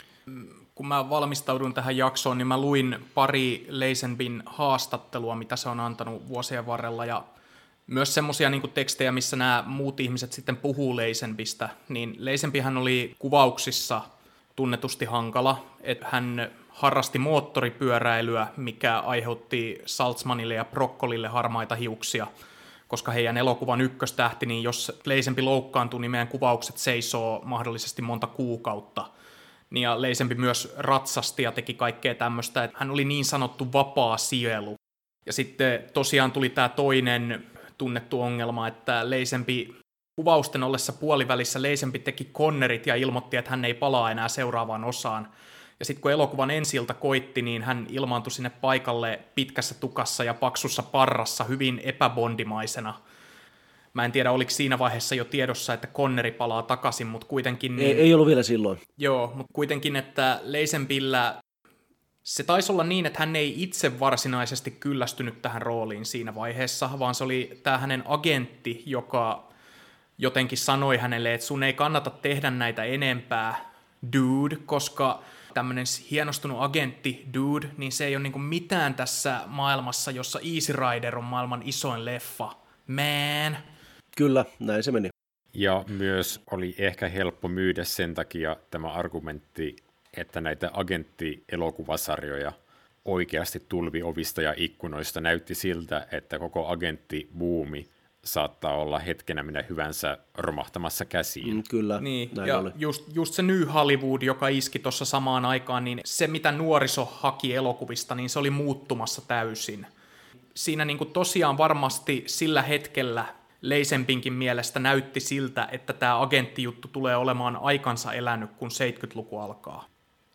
Speaker 3: Kun mä valmistaudun tähän jaksoon, niin mä luin pari Lazenbyn haastattelua, mitä se on antanut vuosien varrella, ja myös semmoisia niin kuin tekstejä, missä nämä muut ihmiset sitten puhuu Lazenbystä, niin Lazenbyhän oli kuvauksissa tunnetusti hankala, että hän harrasti moottoripyöräilyä, mikä aiheutti Saltzmanille ja Broccolille harmaita hiuksia, koska heidän elokuvan ykköstähti, niin jos Lazenby loukkaantuu, niin meidän kuvaukset seisoo mahdollisesti monta kuukautta. Ja Lazenby myös ratsasti ja teki kaikkea tämmöistä, että hän oli niin sanottu vapaa sielu. Ja sitten tosiaan tuli tämä toinen tunnettu ongelma, että Lazenby kuvausten ollessa puolivälissä Lazenby teki konnerit ja ilmoitti, että hän ei palaa enää seuraavaan osaan. Ja sitten kun elokuvan ensi-ilta koitti, niin hän ilmaantui sinne paikalle pitkässä tukassa ja paksussa parrassa hyvin epäbondimaisena. Mä en tiedä, oliko siinä vaiheessa jo tiedossa, että Conneri palaa takaisin, mutta kuitenkin... Niin,
Speaker 2: ei, ei ollut vielä silloin.
Speaker 3: Joo, mutta kuitenkin, että Lazenbyllä se taisi olla niin, että hän ei itse varsinaisesti kyllästynyt tähän rooliin siinä vaiheessa, vaan se oli tämä hänen agentti, joka jotenkin sanoi hänelle, että sun ei kannata tehdä näitä enempää, dude, koska tämmöinen hienostunut agentti, dude, niin se ei ole niinku mitään tässä maailmassa, jossa Easy Rider on maailman isoin leffa. Man.
Speaker 2: Kyllä, näin se meni.
Speaker 4: Ja myös oli ehkä helppo myydä sen takia tämä argumentti, että näitä agentti-elokuvasarjoja oikeasti tulvi ovista ja ikkunoista näytti siltä, että koko agenttibuumi saattaa olla hetkenä minä hyvänsä romahtamassa käsiin.
Speaker 2: Mm, kyllä,
Speaker 3: Niin,
Speaker 2: näin
Speaker 3: ja
Speaker 2: oli.
Speaker 3: just, just se New Hollywood, joka iski tuossa samaan aikaan, niin se mitä nuoriso haki elokuvista, niin se oli muuttumassa täysin. Siinä niin kuin tosiaan varmasti sillä hetkellä Lazenbynkin mielestä näytti siltä, että tämä agenttijuttu tulee olemaan aikansa elänyt, kun seitsemänkymmentäluku alkaa.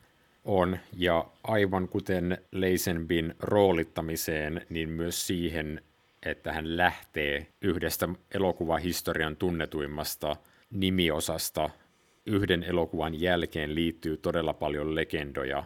Speaker 4: On, ja aivan kuten Lazenbyn roolittamiseen, niin myös siihen, että hän lähtee yhdestä elokuvahistorian tunnetuimmasta nimiosasta. Yhden elokuvan jälkeen liittyy todella paljon legendoja,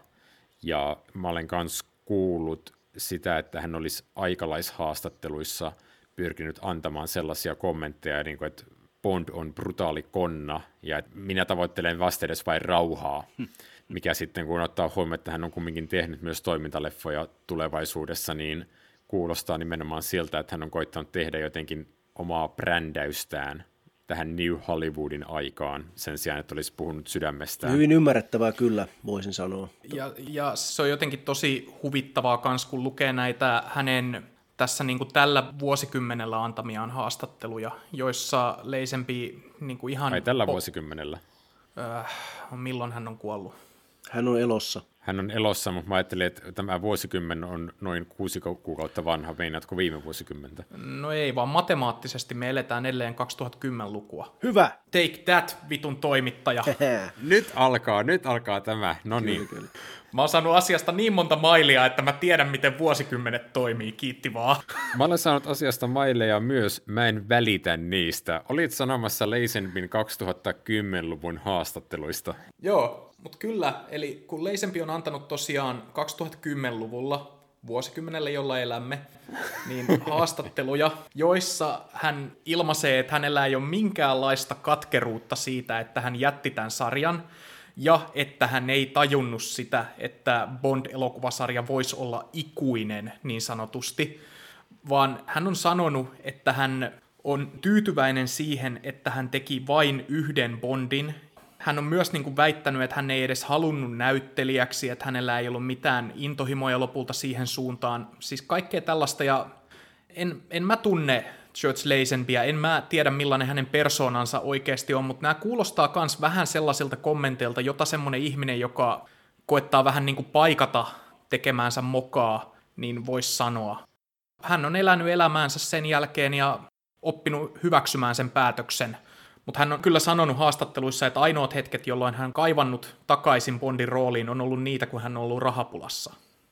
Speaker 4: ja mä olen myös kuullut sitä, että hän olisi aikalaishaastatteluissa pyrkinyt antamaan sellaisia kommentteja, niin kuin, että Bond on brutaali konna, ja että minä tavoittelen vastedes vain rauhaa, mikä sitten kun ottaa huomioon, että hän on kumminkin tehnyt myös toimintaleffoja tulevaisuudessa, niin kuulostaa nimenomaan siltä, että hän on koittanut tehdä jotenkin omaa brändäystään tähän New Hollywoodin aikaan, sen sijaan, että olisi puhunut sydämestään.
Speaker 2: Hyvin ymmärrettävää kyllä, voisin sanoa.
Speaker 3: Ja, ja se on jotenkin tosi huvittavaa kans, kun lukee näitä hänen tässä niin kuin tällä vuosikymmenellä antamiaan haastatteluja, joissa Lazenby niin kuin ihan...
Speaker 4: Ai tällä
Speaker 3: po-
Speaker 4: vuosikymmenellä?
Speaker 3: Äh, milloin hän on kuollut?
Speaker 2: Hän on elossa.
Speaker 4: Hän on elossa, mutta mä ajattelin, että tämä vuosikymmen on noin kuusi kuukautta vanha. Meinaatko viime vuosikymmentä?
Speaker 3: No ei, vaan matemaattisesti me eletään edelleen kaksituhattakymmenen-lukua.
Speaker 2: Hyvä!
Speaker 3: Take that, vitun toimittaja.
Speaker 4: Nyt alkaa, nyt alkaa tämä. No niin.
Speaker 3: Mä oon saanut asiasta niin monta mailia, että mä tiedän, miten vuosikymmenet toimii. Kiitti vaan.
Speaker 4: Mä olen saanut asiasta maileja myös, mä en välitä niistä. Olit sanomassa Lazenbyn kaksituhattakymmenluvun haastatteluista.
Speaker 3: Joo, mutta kyllä. Eli kun Lazenby on antanut tosiaan kaksituhattakymmenluvulla, vuosikymmenelle, jolla elämme, niin haastatteluja, joissa hän ilmaisee, että hänellä ei ole minkäänlaista katkeruutta siitä, että hän jätti tämän sarjan, ja että hän ei tajunnut sitä, että Bond-elokuvasarja voisi olla ikuinen niin sanotusti, vaan hän on sanonut, että hän on tyytyväinen siihen, että hän teki vain yhden Bondin. Hän on myös niin kuin väittänyt, että hän ei edes halunnut näyttelijäksi, että hänellä ei ollut mitään intohimoja lopulta siihen suuntaan. Siis kaikkea tällaista, ja en, en mä tunne George Lazenbyä, en mä tiedä millainen hänen persoonansa oikeasti on, mutta nämä kuulostaa myös vähän sellaisilta kommenteilta, jota semmoinen ihminen, joka koettaa vähän niin kuin paikata tekemäänsä mokaa, niin voisi sanoa. Hän on elänyt elämäänsä sen jälkeen ja oppinut hyväksymään sen päätöksen, mutta hän on kyllä sanonut haastatteluissa, että ainoat hetket, jolloin hän on kaivannut takaisin Bondin rooliin, on ollut niitä, kun hän on ollut rahapulassa.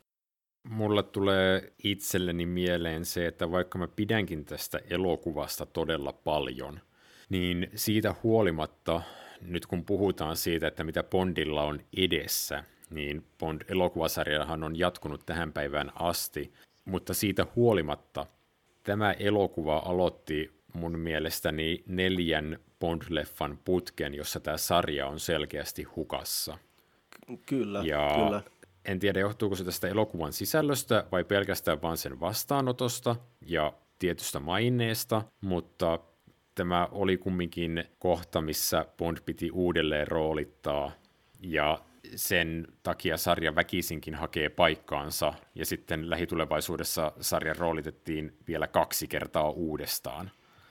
Speaker 4: Mulle tulee itselleni mieleen se, että vaikka mä pidänkin tästä elokuvasta todella paljon, niin siitä huolimatta, nyt kun puhutaan siitä, että mitä Bondilla on edessä, niin Bond-elokuvasarjahan on jatkunut tähän päivään asti, mutta siitä huolimatta tämä elokuva aloitti mun mielestäni neljän Bond-leffan putken, jossa tämä sarja on selkeästi hukassa.
Speaker 2: Kyllä,
Speaker 4: ja
Speaker 2: kyllä.
Speaker 4: En tiedä, johtuuko se tästä elokuvan sisällöstä vai pelkästään vaan sen vastaanotosta ja tietystä maineesta, mutta tämä oli kumminkin kohta, missä Bond piti uudelleen roolittaa ja sen takia sarja väkisinkin hakee paikkaansa ja sitten lähitulevaisuudessa sarja roolitettiin vielä kaksi kertaa uudestaan.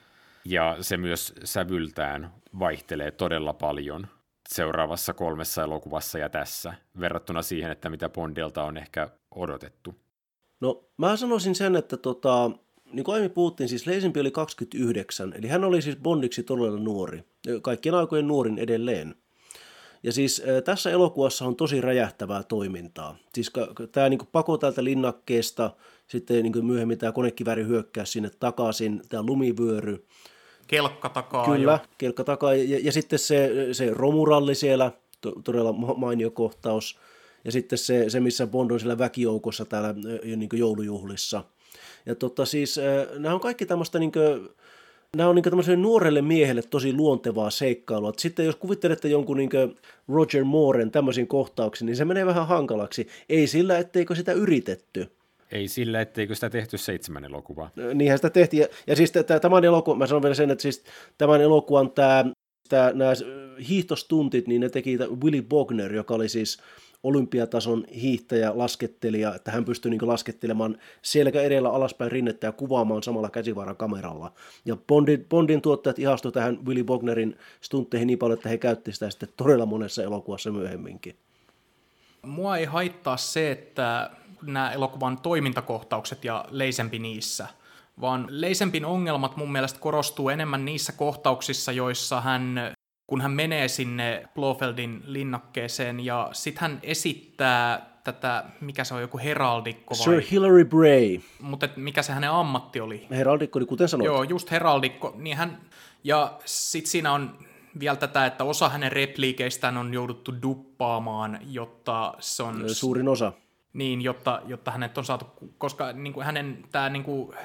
Speaker 4: Ja se myös sävyltään vaihtelee todella paljon seuraavassa kolmessa elokuvassa ja tässä, verrattuna siihen, että mitä Bondilta on ehkä odotettu.
Speaker 2: No mä sanoisin sen, että tota, niin kuin aiemmin puhuttiin, siis Lazenby oli kaksikymmentäyhdeksän, eli hän oli siis Bondiksi todella nuori, kaikkien aikojen nuorin edelleen. Ja siis tässä elokuvassa on tosi räjähtävää toimintaa. Siis tämä niin kuin pako täältä linnakkeesta, sitten niin kuin myöhemmin tämä konekivääri hyökkää sinne takaisin, tämä lumivyöry.
Speaker 3: Kelkka takaa.
Speaker 2: Kyllä,
Speaker 3: jo.
Speaker 2: kelkka takaa. Ja, ja sitten se, se romuralli siellä, to, todella mainio kohtaus. Ja sitten se, se missä Bond on siellä väkijoukossa täällä niin kuin joulujuhlissa. Ja tota siis, nämä on kaikki tämmöistä niin kuin, nämä on niin tämmöiselle nuorelle miehelle tosi luontevaa seikkailua. Et sitten jos kuvittelette jonkun niin Roger Mooren tämmöisiin kohtauksiin, niin se menee vähän hankalaksi. Ei sillä, etteikö sitä yritetty.
Speaker 4: Ei sillä, etteikö sitä tehty seitsemän elokuvaa.
Speaker 2: Niinhän sitä tehtiin. Ja, ja siis tämän elokuvan, mä sanon vielä sen, että siis tämän elokuvan tämä, tämä, nämä hiihtostuntit, niin ne teki Willy Bogner, joka oli siis olympiatason hiihtäjä, laskettelija, että hän pystyi niin laskettelemaan selkä edellä alaspäin rinnettä ja kuvaamaan samalla käsivaaran kameralla. Ja Bondin, Bondin tuottajat ihastuivat tähän Willy Wagnerin stuntteihin niin paljon, että he käyttivät sitä sitten todella monessa elokuvassa myöhemminkin.
Speaker 3: Mua ei haittaa se, että nämä elokuvan toimintakohtaukset ja Leisempi niissä, vaan Leisempin ongelmat mun mielestä korostuu enemmän niissä kohtauksissa, joissa hän, kun hän menee sinne Blofeldin linnakkeeseen ja sitten hän esittää tätä, mikä se on, joku heraldikko vai?
Speaker 2: Sir Hilary Bray.
Speaker 3: Mutta mikä se hänen ammatti oli?
Speaker 2: Heraldikko, niin kuten sanoit.
Speaker 3: Joo, just heraldikko. Niin hän, ja sitten siinä on vielä tätä, että osa hänen repliikeistään on jouduttu duppaamaan, jotta se on...
Speaker 2: Suurin osa.
Speaker 3: Niin, jotta, jotta hänet on saatu, koska niin kuin hänen tämä... Niin kuin...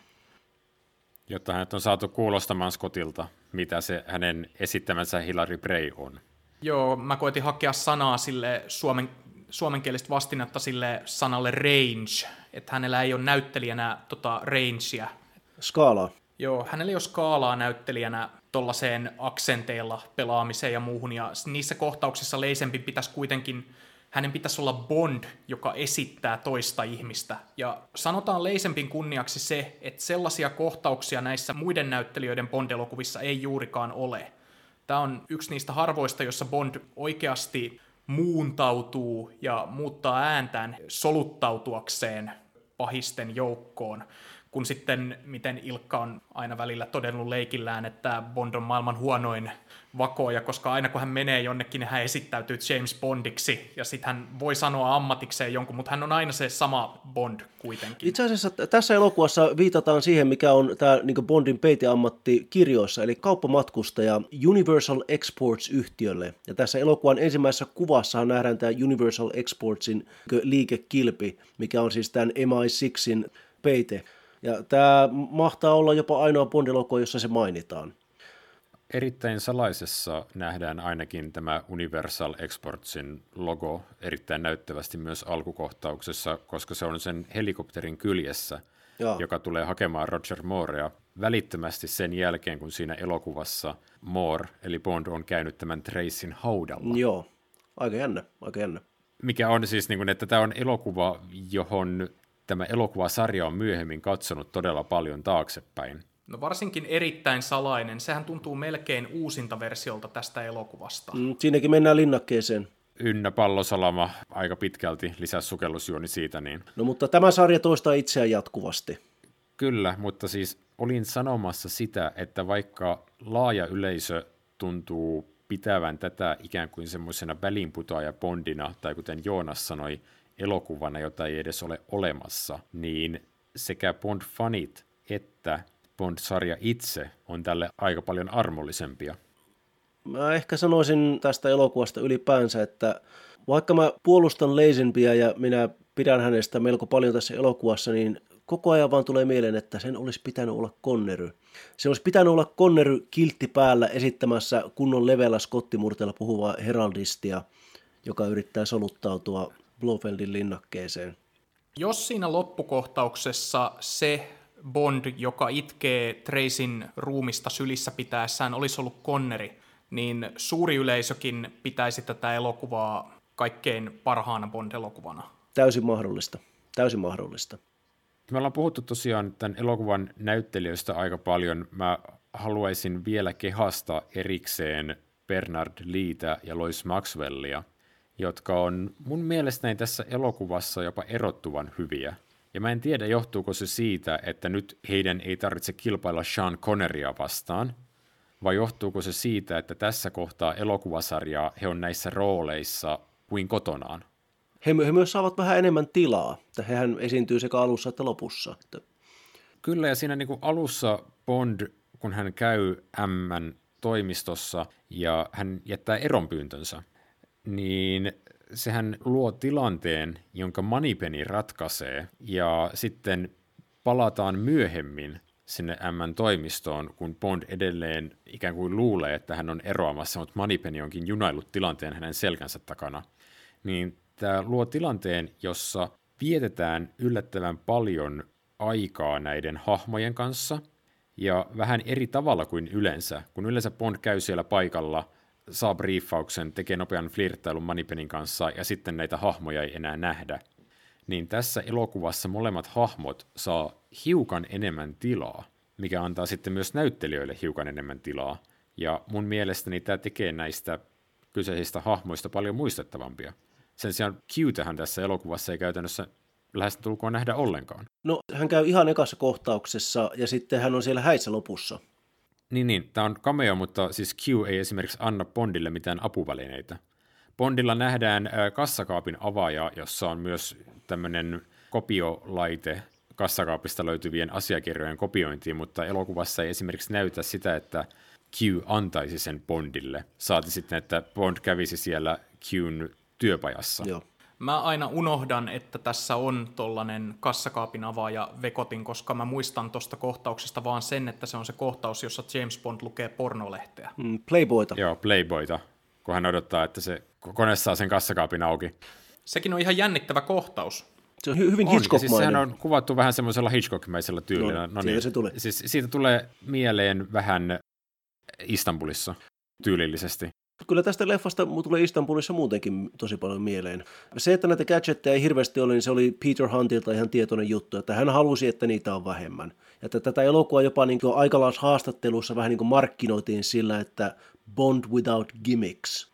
Speaker 4: Jotta hänet on saatu kuulostamaan Scottilta, mitä se hänen esittämänsä Hilary Bray on.
Speaker 3: Joo, mä koitin hakea sanaa sille suomen, suomenkielistä vastinetta sille sanalle range, että hänellä ei ole näyttelijänä tota rangea.
Speaker 2: Skaalaa.
Speaker 3: Joo, hänellä ei ole skaalaa näyttelijänä tollaiseen aksenteilla pelaamiseen ja muuhun, ja niissä kohtauksissa Leisempi pitäisi kuitenkin, hänen pitäisi olla Bond, joka esittää toista ihmistä. Ja sanotaan Leisempin kunniaksi se, että sellaisia kohtauksia näissä muiden näyttelijöiden Bond-elokuvissa ei juurikaan ole. Tämä on yksi niistä harvoista, jossa Bond oikeasti muuntautuu ja muuttaa ääntään soluttautuakseen pahisten joukkoon, kun sitten, miten Ilkka on aina välillä todennut leikillään, että Bond on maailman huonoin vakoja, koska aina kun hän menee jonnekin, niin hän esittäytyy James Bondiksi, ja sitten hän voi sanoa ammatikseen jonkun, mutta hän on aina se sama Bond kuitenkin.
Speaker 2: Itse asiassa tässä elokuvassa viitataan siihen, mikä on tämä niin Bondin peiteammatti kirjoissa, eli kauppamatkustaja Universal Exports-yhtiölle. Ja tässä elokuvan ensimmäisessä kuvassahan nähdään tämä Universal Exportsin liikekilpi, mikä on siis tämän M I kuusin peite. Ja tämä mahtaa olla jopa ainoa Bond-elokuva, jossa se mainitaan.
Speaker 4: Erittäin salaisessa nähdään ainakin tämä Universal Exportsin logo erittäin näyttävästi myös alkukohtauksessa, koska se on sen helikopterin kyljessä, Jaa. joka tulee hakemaan Roger Moorea välittömästi sen jälkeen, kun siinä elokuvassa Moore, eli Bond, on käynyt tämän Tracyn haudalla.
Speaker 2: Joo, aika jännä, aika jännä.
Speaker 4: Mikä on siis, niin kuin, että tämä on elokuva, johon tämä elokuvasarja on myöhemmin katsonut todella paljon taaksepäin.
Speaker 3: No varsinkin erittäin salainen. Sehän tuntuu melkein uusinta versiolta tästä elokuvasta.
Speaker 2: Mm, siinäkin mennään linnakkeeseen.
Speaker 4: Ynnä pallosalama aika pitkälti, lisää sukellusjuoni siitä. Niin.
Speaker 2: No mutta tämä sarja toistaa itseään jatkuvasti.
Speaker 4: Kyllä, mutta siis olin sanomassa sitä, että vaikka laaja yleisö tuntuu pitävän tätä ikään kuin semmoisena väliinputoaja Bondina, tai kuten Joonas sanoi, elokuvana, jota ei edes ole olemassa, niin sekä Bond-fanit että Bond-sarja itse on tälle aika paljon armollisempia.
Speaker 2: Mä ehkä sanoisin tästä elokuvasta ylipäänsä, että vaikka mä puolustan Leisempiä ja minä pidän hänestä melko paljon tässä elokuvassa, niin koko ajan vaan tulee mieleen, että sen olisi pitänyt olla Connery. Se olisi pitänyt olla Connery kiltti päällä esittämässä kunnon leveällä skottimurteella puhuvaa heraldistia, joka yrittää soluttautua Blofeldin linnakkeeseen.
Speaker 3: Jos siinä loppukohtauksessa se Bond, joka itkee Tracyn ruumista sylissä pitäessään, olisi ollut Connery, niin suuri yleisökin pitäisi tätä elokuvaa kaikkein parhaana Bond-elokuvana.
Speaker 2: Täysin mahdollista. Täysin mahdollista.
Speaker 4: Me ollaan puhuttu tosiaan tämän elokuvan näyttelijöistä aika paljon. Mä haluaisin vielä kehasta erikseen Bernard Leetä ja Lois Maxwellia, jotka on mun mielestäni tässä elokuvassa jopa erottuvan hyviä. Ja mä en tiedä, johtuuko se siitä, että nyt heidän ei tarvitse kilpailla Sean Connerya vastaan, vai johtuuko se siitä, että tässä kohtaa elokuvasarjaa he on näissä rooleissa kuin kotonaan?
Speaker 2: He, he myös saavat vähän enemmän tilaa, että hehän esiintyy sekä alussa että lopussa. Että...
Speaker 4: Kyllä, ja siinä niin kuin alussa Bond, kun hän käy M:n toimistossa ja hän jättää eronpyyntönsä, niin sehän luo tilanteen, jonka Moneypenny ratkaisee, ja sitten palataan myöhemmin sinne M:n toimistoon, kun Bond edelleen ikään kuin luulee, että hän on eroamassa, mutta Moneypenny onkin junaillut tilanteen hänen selkänsä takana. Niin tämä luo tilanteen, jossa vietetään yllättävän paljon aikaa näiden hahmojen kanssa, ja vähän eri tavalla kuin yleensä. Kun yleensä Bond käy siellä paikalla saa briefauksen, tekee nopean flirttailun Moneypennin kanssa ja sitten näitä hahmoja ei enää nähdä, niin tässä elokuvassa molemmat hahmot saa hiukan enemmän tilaa, mikä antaa sitten myös näyttelijöille hiukan enemmän tilaa. Ja mun mielestäni tämä tekee näistä kyseisistä hahmoista paljon muistettavampia. Sen sijaan Q-tähän tässä elokuvassa ei käytännössä lähes tulkoon nähdä ollenkaan.
Speaker 2: No, hän käy ihan ekassa kohtauksessa ja sitten hän on siellä häissä lopussa.
Speaker 4: Niin, niin. Tämä on cameo, mutta siis Q ei esimerkiksi anna Bondille mitään apuvälineitä. Bondilla nähdään kassakaapin avaaja, jossa on myös tämmöinen kopiolaite kassakaapista löytyvien asiakirjojen kopiointiin, mutta elokuvassa ei esimerkiksi näytä sitä, että Q antaisi sen Bondille. Saati sitten, että Bond kävisi siellä Qn työpajassa.
Speaker 2: Joo.
Speaker 3: Mä aina unohdan, että tässä on tollanen kassakaapin avaaja vekotin, koska mä muistan tuosta kohtauksesta vaan sen, että se on se kohtaus, jossa James Bond lukee pornolehteä.
Speaker 2: Mm, Playboyta.
Speaker 4: Joo, Playboyta, kun hän odottaa, että se kone saa sen kassakaapin auki.
Speaker 3: Sekin on ihan jännittävä kohtaus.
Speaker 2: Se on hy- hyvin
Speaker 4: On,
Speaker 2: Hitchcock-mainen.
Speaker 4: siis sehän on kuvattu vähän semmoisella Hitchcock-mäisellä tyylillä.
Speaker 2: No,
Speaker 4: no
Speaker 2: siitä
Speaker 4: niin,
Speaker 2: se tulee.
Speaker 4: Siis siitä tulee mieleen vähän Istanbulissa tyylillisesti.
Speaker 2: Kyllä tästä leffasta tulee Istanbulissa muutenkin tosi paljon mieleen. Se, että näitä gadgetteja ei hirveästi ole, niin se oli Peter Huntilta ihan tietoinen juttu, että hän halusi, että niitä on vähemmän. Ja että tätä elokuvaa jopa niin aikalaishaastattelussa vähän niin kuin markkinoitiin sillä, että Bond without gimmicks.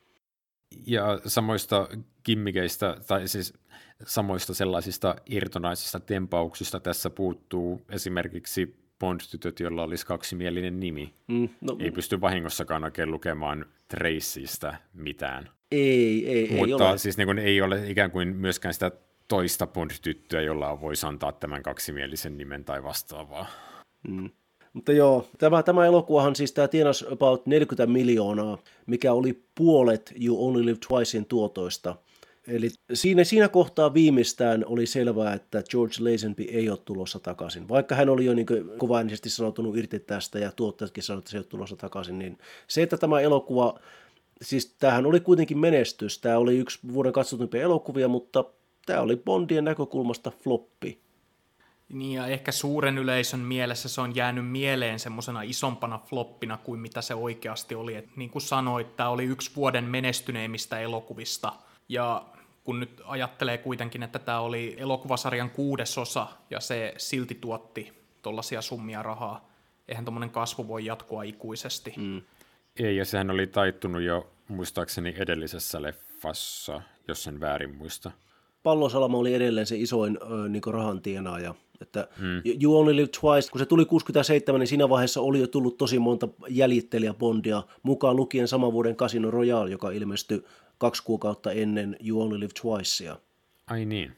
Speaker 4: Ja samoista gimmikeistä, tai siis samoista sellaisista irtonaisista tempauksista tässä puuttuu esimerkiksi Bond-tytöt, jolla olisi kaksimielinen nimi. Mm, no, ei pysty vahingossakaan oikein lukemaan Tracystä mitään.
Speaker 2: Ei, ei, ei
Speaker 4: Mutta
Speaker 2: ole.
Speaker 4: siis niin kuin ei ole ikään kuin myöskään sitä toista Bond-tyttöä, jolla voisi antaa tämän kaksimielisen nimen tai vastaavaa.
Speaker 2: Mm. Mutta joo, tämä, tämä elokuvahan siis tämä tienasi about neljäkymmentä miljoonaa, mikä oli puolet You Only Live Twicein tuotoista. Eli siinä, siinä kohtaa viimeistään oli selvää, että George Lazenby ei ole tulossa takaisin. Vaikka hän oli jo niin kovainisesti sanoutunut irti tästä ja tuottajatkin sanoivat, että se ei ole tulossa takaisin, niin se, että tämä elokuva, siis tämähän oli kuitenkin menestys. Tämä oli yksi vuoden katsotuimpia elokuvia, mutta tämä oli Bondien näkökulmasta floppi.
Speaker 3: Niin ja ehkä suuren yleisön mielessä se on jäänyt mieleen semmoisena isompana floppina kuin mitä se oikeasti oli. Et niin kuin sanoit, tämä oli yksi vuoden menestyneimmistä elokuvista. Ja kun nyt ajattelee kuitenkin, että tämä oli elokuvasarjan kuudes osa ja se silti tuotti tollaisia summia rahaa, eihän tommoinen kasvu voi jatkua ikuisesti. Mm.
Speaker 4: Ei, ja sehän oli taittunut jo muistaakseni edellisessä leffassa, jos sen väärin muista.
Speaker 2: Pallosalama oli edelleen se isoin ö, niin rahan tienaaja. Että mm. You Only Live Twice, kun se tuli kuusikymmentäseitsemän, niin siinä vaiheessa oli jo tullut tosi monta jäljittelijä Bondia, mukaan lukien saman vuoden Casino Royale, joka ilmestyi kaksi kuukautta ennen You Only Live Twicea.
Speaker 4: Ai niin.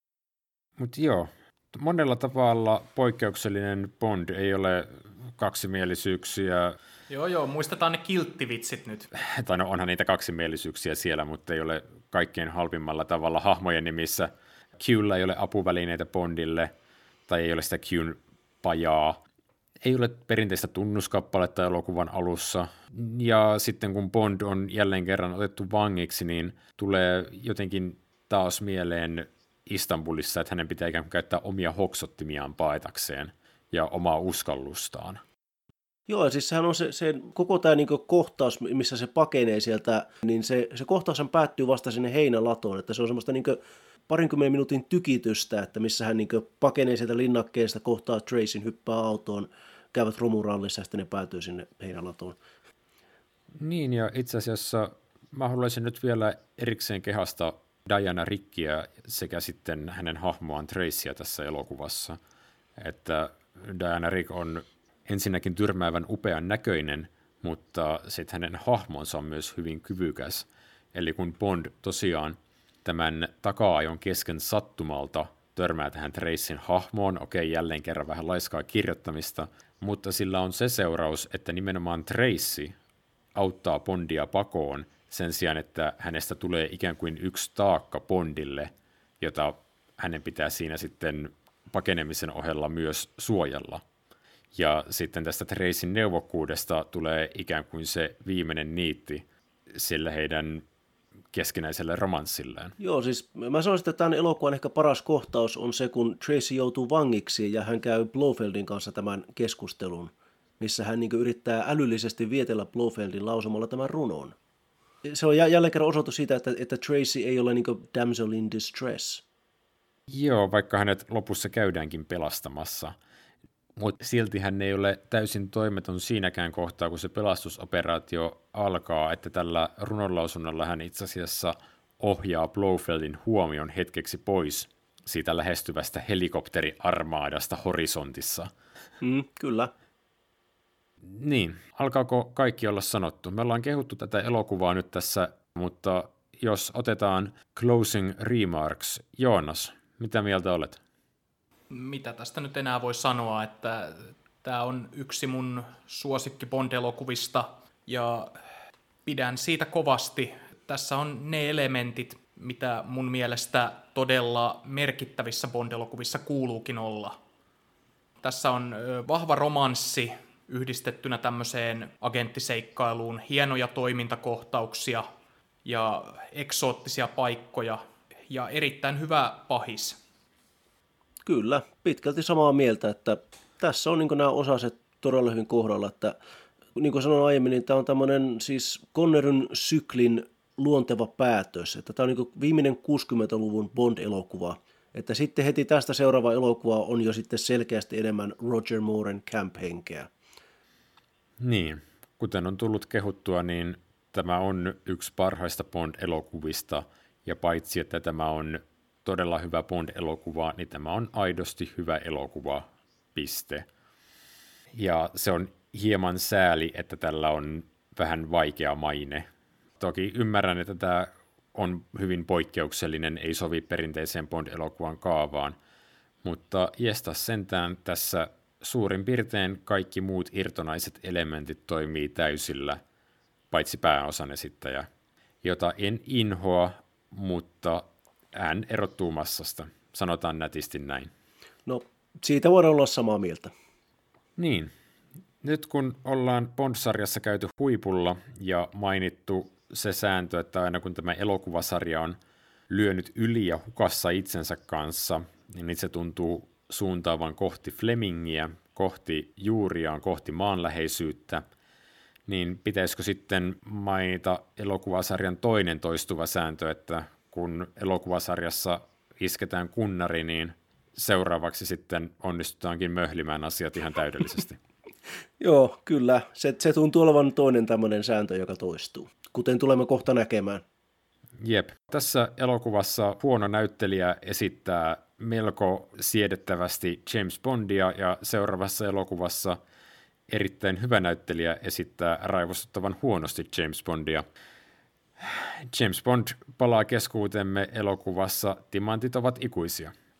Speaker 4: Mutta joo, monella tavalla poikkeuksellinen Bond, ei ole kaksimielisyyksiä.
Speaker 3: Joo joo, muistetaan ne kilttivitsit nyt.
Speaker 4: Tai no onhan niitä kaksimielisyyksiä siellä, mutta ei ole kaikkein halvimmalla tavalla hahmojen nimissä. Qllä ei ole apuvälineitä Bondille, tai ei ole sitä Qn pajaa. Ei ole perinteistä tunnuskappaletta elokuvan alussa. Ja sitten kun Bond on jälleen kerran otettu vangiksi, niin tulee jotenkin taas mieleen Istanbulissa, että hänen pitää ikään kuin käyttää omia hoksottimiaan paetakseen ja omaa uskallustaan.
Speaker 2: Joo, siis sehän on se, se koko tämä niinku kohtaus, missä se pakenee sieltä, niin se, se kohtaushan päättyy vasta sinne heinälatoon, että se on semmoista niinku parinkymmenen minuutin tykitystä, että missä hän niinku pakenee sieltä linnakkeesta, kohtaa Tracyn, hyppää autoon, käyvät romurallissa ja sitten ne päätyy sinne heinälatoon.
Speaker 4: Niin, ja itse asiassa mä haluaisin nyt vielä erikseen kehasta Diana Rickiä sekä sitten hänen hahmoaan Tracyä tässä elokuvassa, että Diana Rick on ensinnäkin tyrmäävän upean näköinen, mutta sitten hänen hahmonsa on myös hyvin kyvykäs. Eli kun Bond tosiaan tämän taka-ajon kesken sattumalta törmää tähän Tracyn hahmoon, okei, jälleen kerran vähän laiskaa kirjoittamista, mutta sillä on se seuraus, että nimenomaan Tracy auttaa Bondia pakoon sen sijaan, että hänestä tulee ikään kuin yksi taakka Bondille, jota hänen pitää siinä sitten pakenemisen ohella myös suojella. Ja sitten tästä Tracyn neuvokkuudesta tulee ikään kuin se viimeinen niitti sillä heidän keskinäiselle romanssilleen.
Speaker 2: Joo, siis mä sanoisin, että tämän elokuvan ehkä paras kohtaus on se, kun Tracy joutuu vangiksi ja hän käy Blofeldin kanssa tämän keskustelun, missä hän niin yrittää älyllisesti vietellä Blofeldin lausumalla tämän runon. se on jälleen kerran osoitus siitä, että, että Tracy ei ole niin kuin damsel in distress.
Speaker 4: Joo, vaikka hänet lopussa käydäänkin pelastamassa. Mutta silti hän ei ole täysin toimeton siinäkään kohtaa, kun se pelastusoperaatio alkaa, että tällä runonlausunnalla hän itse asiassa ohjaa Blofeldin huomion hetkeksi pois siitä lähestyvästä helikopteriarmaadasta horisontissa.
Speaker 2: Mm, kyllä.
Speaker 4: Niin, alkaako kaikki olla sanottu? Me ollaan kehuttu tätä elokuvaa nyt tässä, mutta jos otetaan closing remarks, Joonas, mitä mieltä olet?
Speaker 3: Mitä tästä nyt enää voi sanoa, että tämä on yksi mun suosikki Bond-elokuvista ja pidän siitä kovasti. Tässä on ne elementit, mitä mun mielestä todella merkittävissä Bond-elokuvissa kuuluukin olla. Tässä on vahva romanssi yhdistettynä tämmöiseen agenttiseikkailuun, hienoja toimintakohtauksia ja eksoottisia paikkoja ja erittäin hyvä pahis.
Speaker 2: Kyllä, pitkälti samaa mieltä, että tässä on niin nämä osaset todella hyvin kohdalla, että niin kuin sanoin aiemmin, niin tämä on tämmöinen siis Conneryn syklin luonteva päätös, että tämä on niin viimeinen kuusikymmentäluvun Bond-elokuva, että sitten heti tästä seuraava elokuva on jo sitten selkeästi enemmän Roger Mooren camp-henkeä.
Speaker 4: Niin, kuten on tullut kehuttua, niin tämä on yksi parhaista Bond-elokuvista, ja paitsi että tämä on todella hyvä Bond-elokuva, niin tämä on aidosti hyvä elokuva, piste. Ja se on hieman sääli, että tällä on vähän vaikea maine. Toki ymmärrän, että tämä on hyvin poikkeuksellinen, ei sovi perinteiseen Bond-elokuvan kaavaan, mutta jestas sentään tässä suurin piirtein kaikki muut irtonaiset elementit toimii täysillä, paitsi pääosan esittäjä, jota en inhoa, mutta hän erottuu massasta, sanotaan nätisti näin.
Speaker 2: No, siitä voidaan olla samaa mieltä.
Speaker 4: Niin. Nyt kun ollaan Bond-sarjassa käyty huipulla ja mainittu se sääntö, että aina kun tämä elokuvasarja on lyönyt yli ja hukassa itsensä kanssa, niin se tuntuu suuntaavan kohti Flemingiä, kohti juuriaan, kohti maanläheisyyttä, niin pitäisikö sitten mainita elokuvasarjan toinen toistuva sääntö, että kun elokuvasarjassa isketään kunnari, niin seuraavaksi sitten onnistutaankin möhlimään asiat ihan täydellisesti.
Speaker 2: Joo, kyllä. Se, se tuntuu olevan toinen tämmöinen sääntö, joka toistuu, kuten tulemme kohta näkemään.
Speaker 4: Jep. Tässä elokuvassa huono näyttelijä esittää melko siedettävästi James Bondia, ja seuraavassa elokuvassa erittäin hyvä näyttelijä esittää raivostuttavan huonosti James Bondia. James Bond palaa keskuutemme elokuvassa Timantit ovat ikuisia.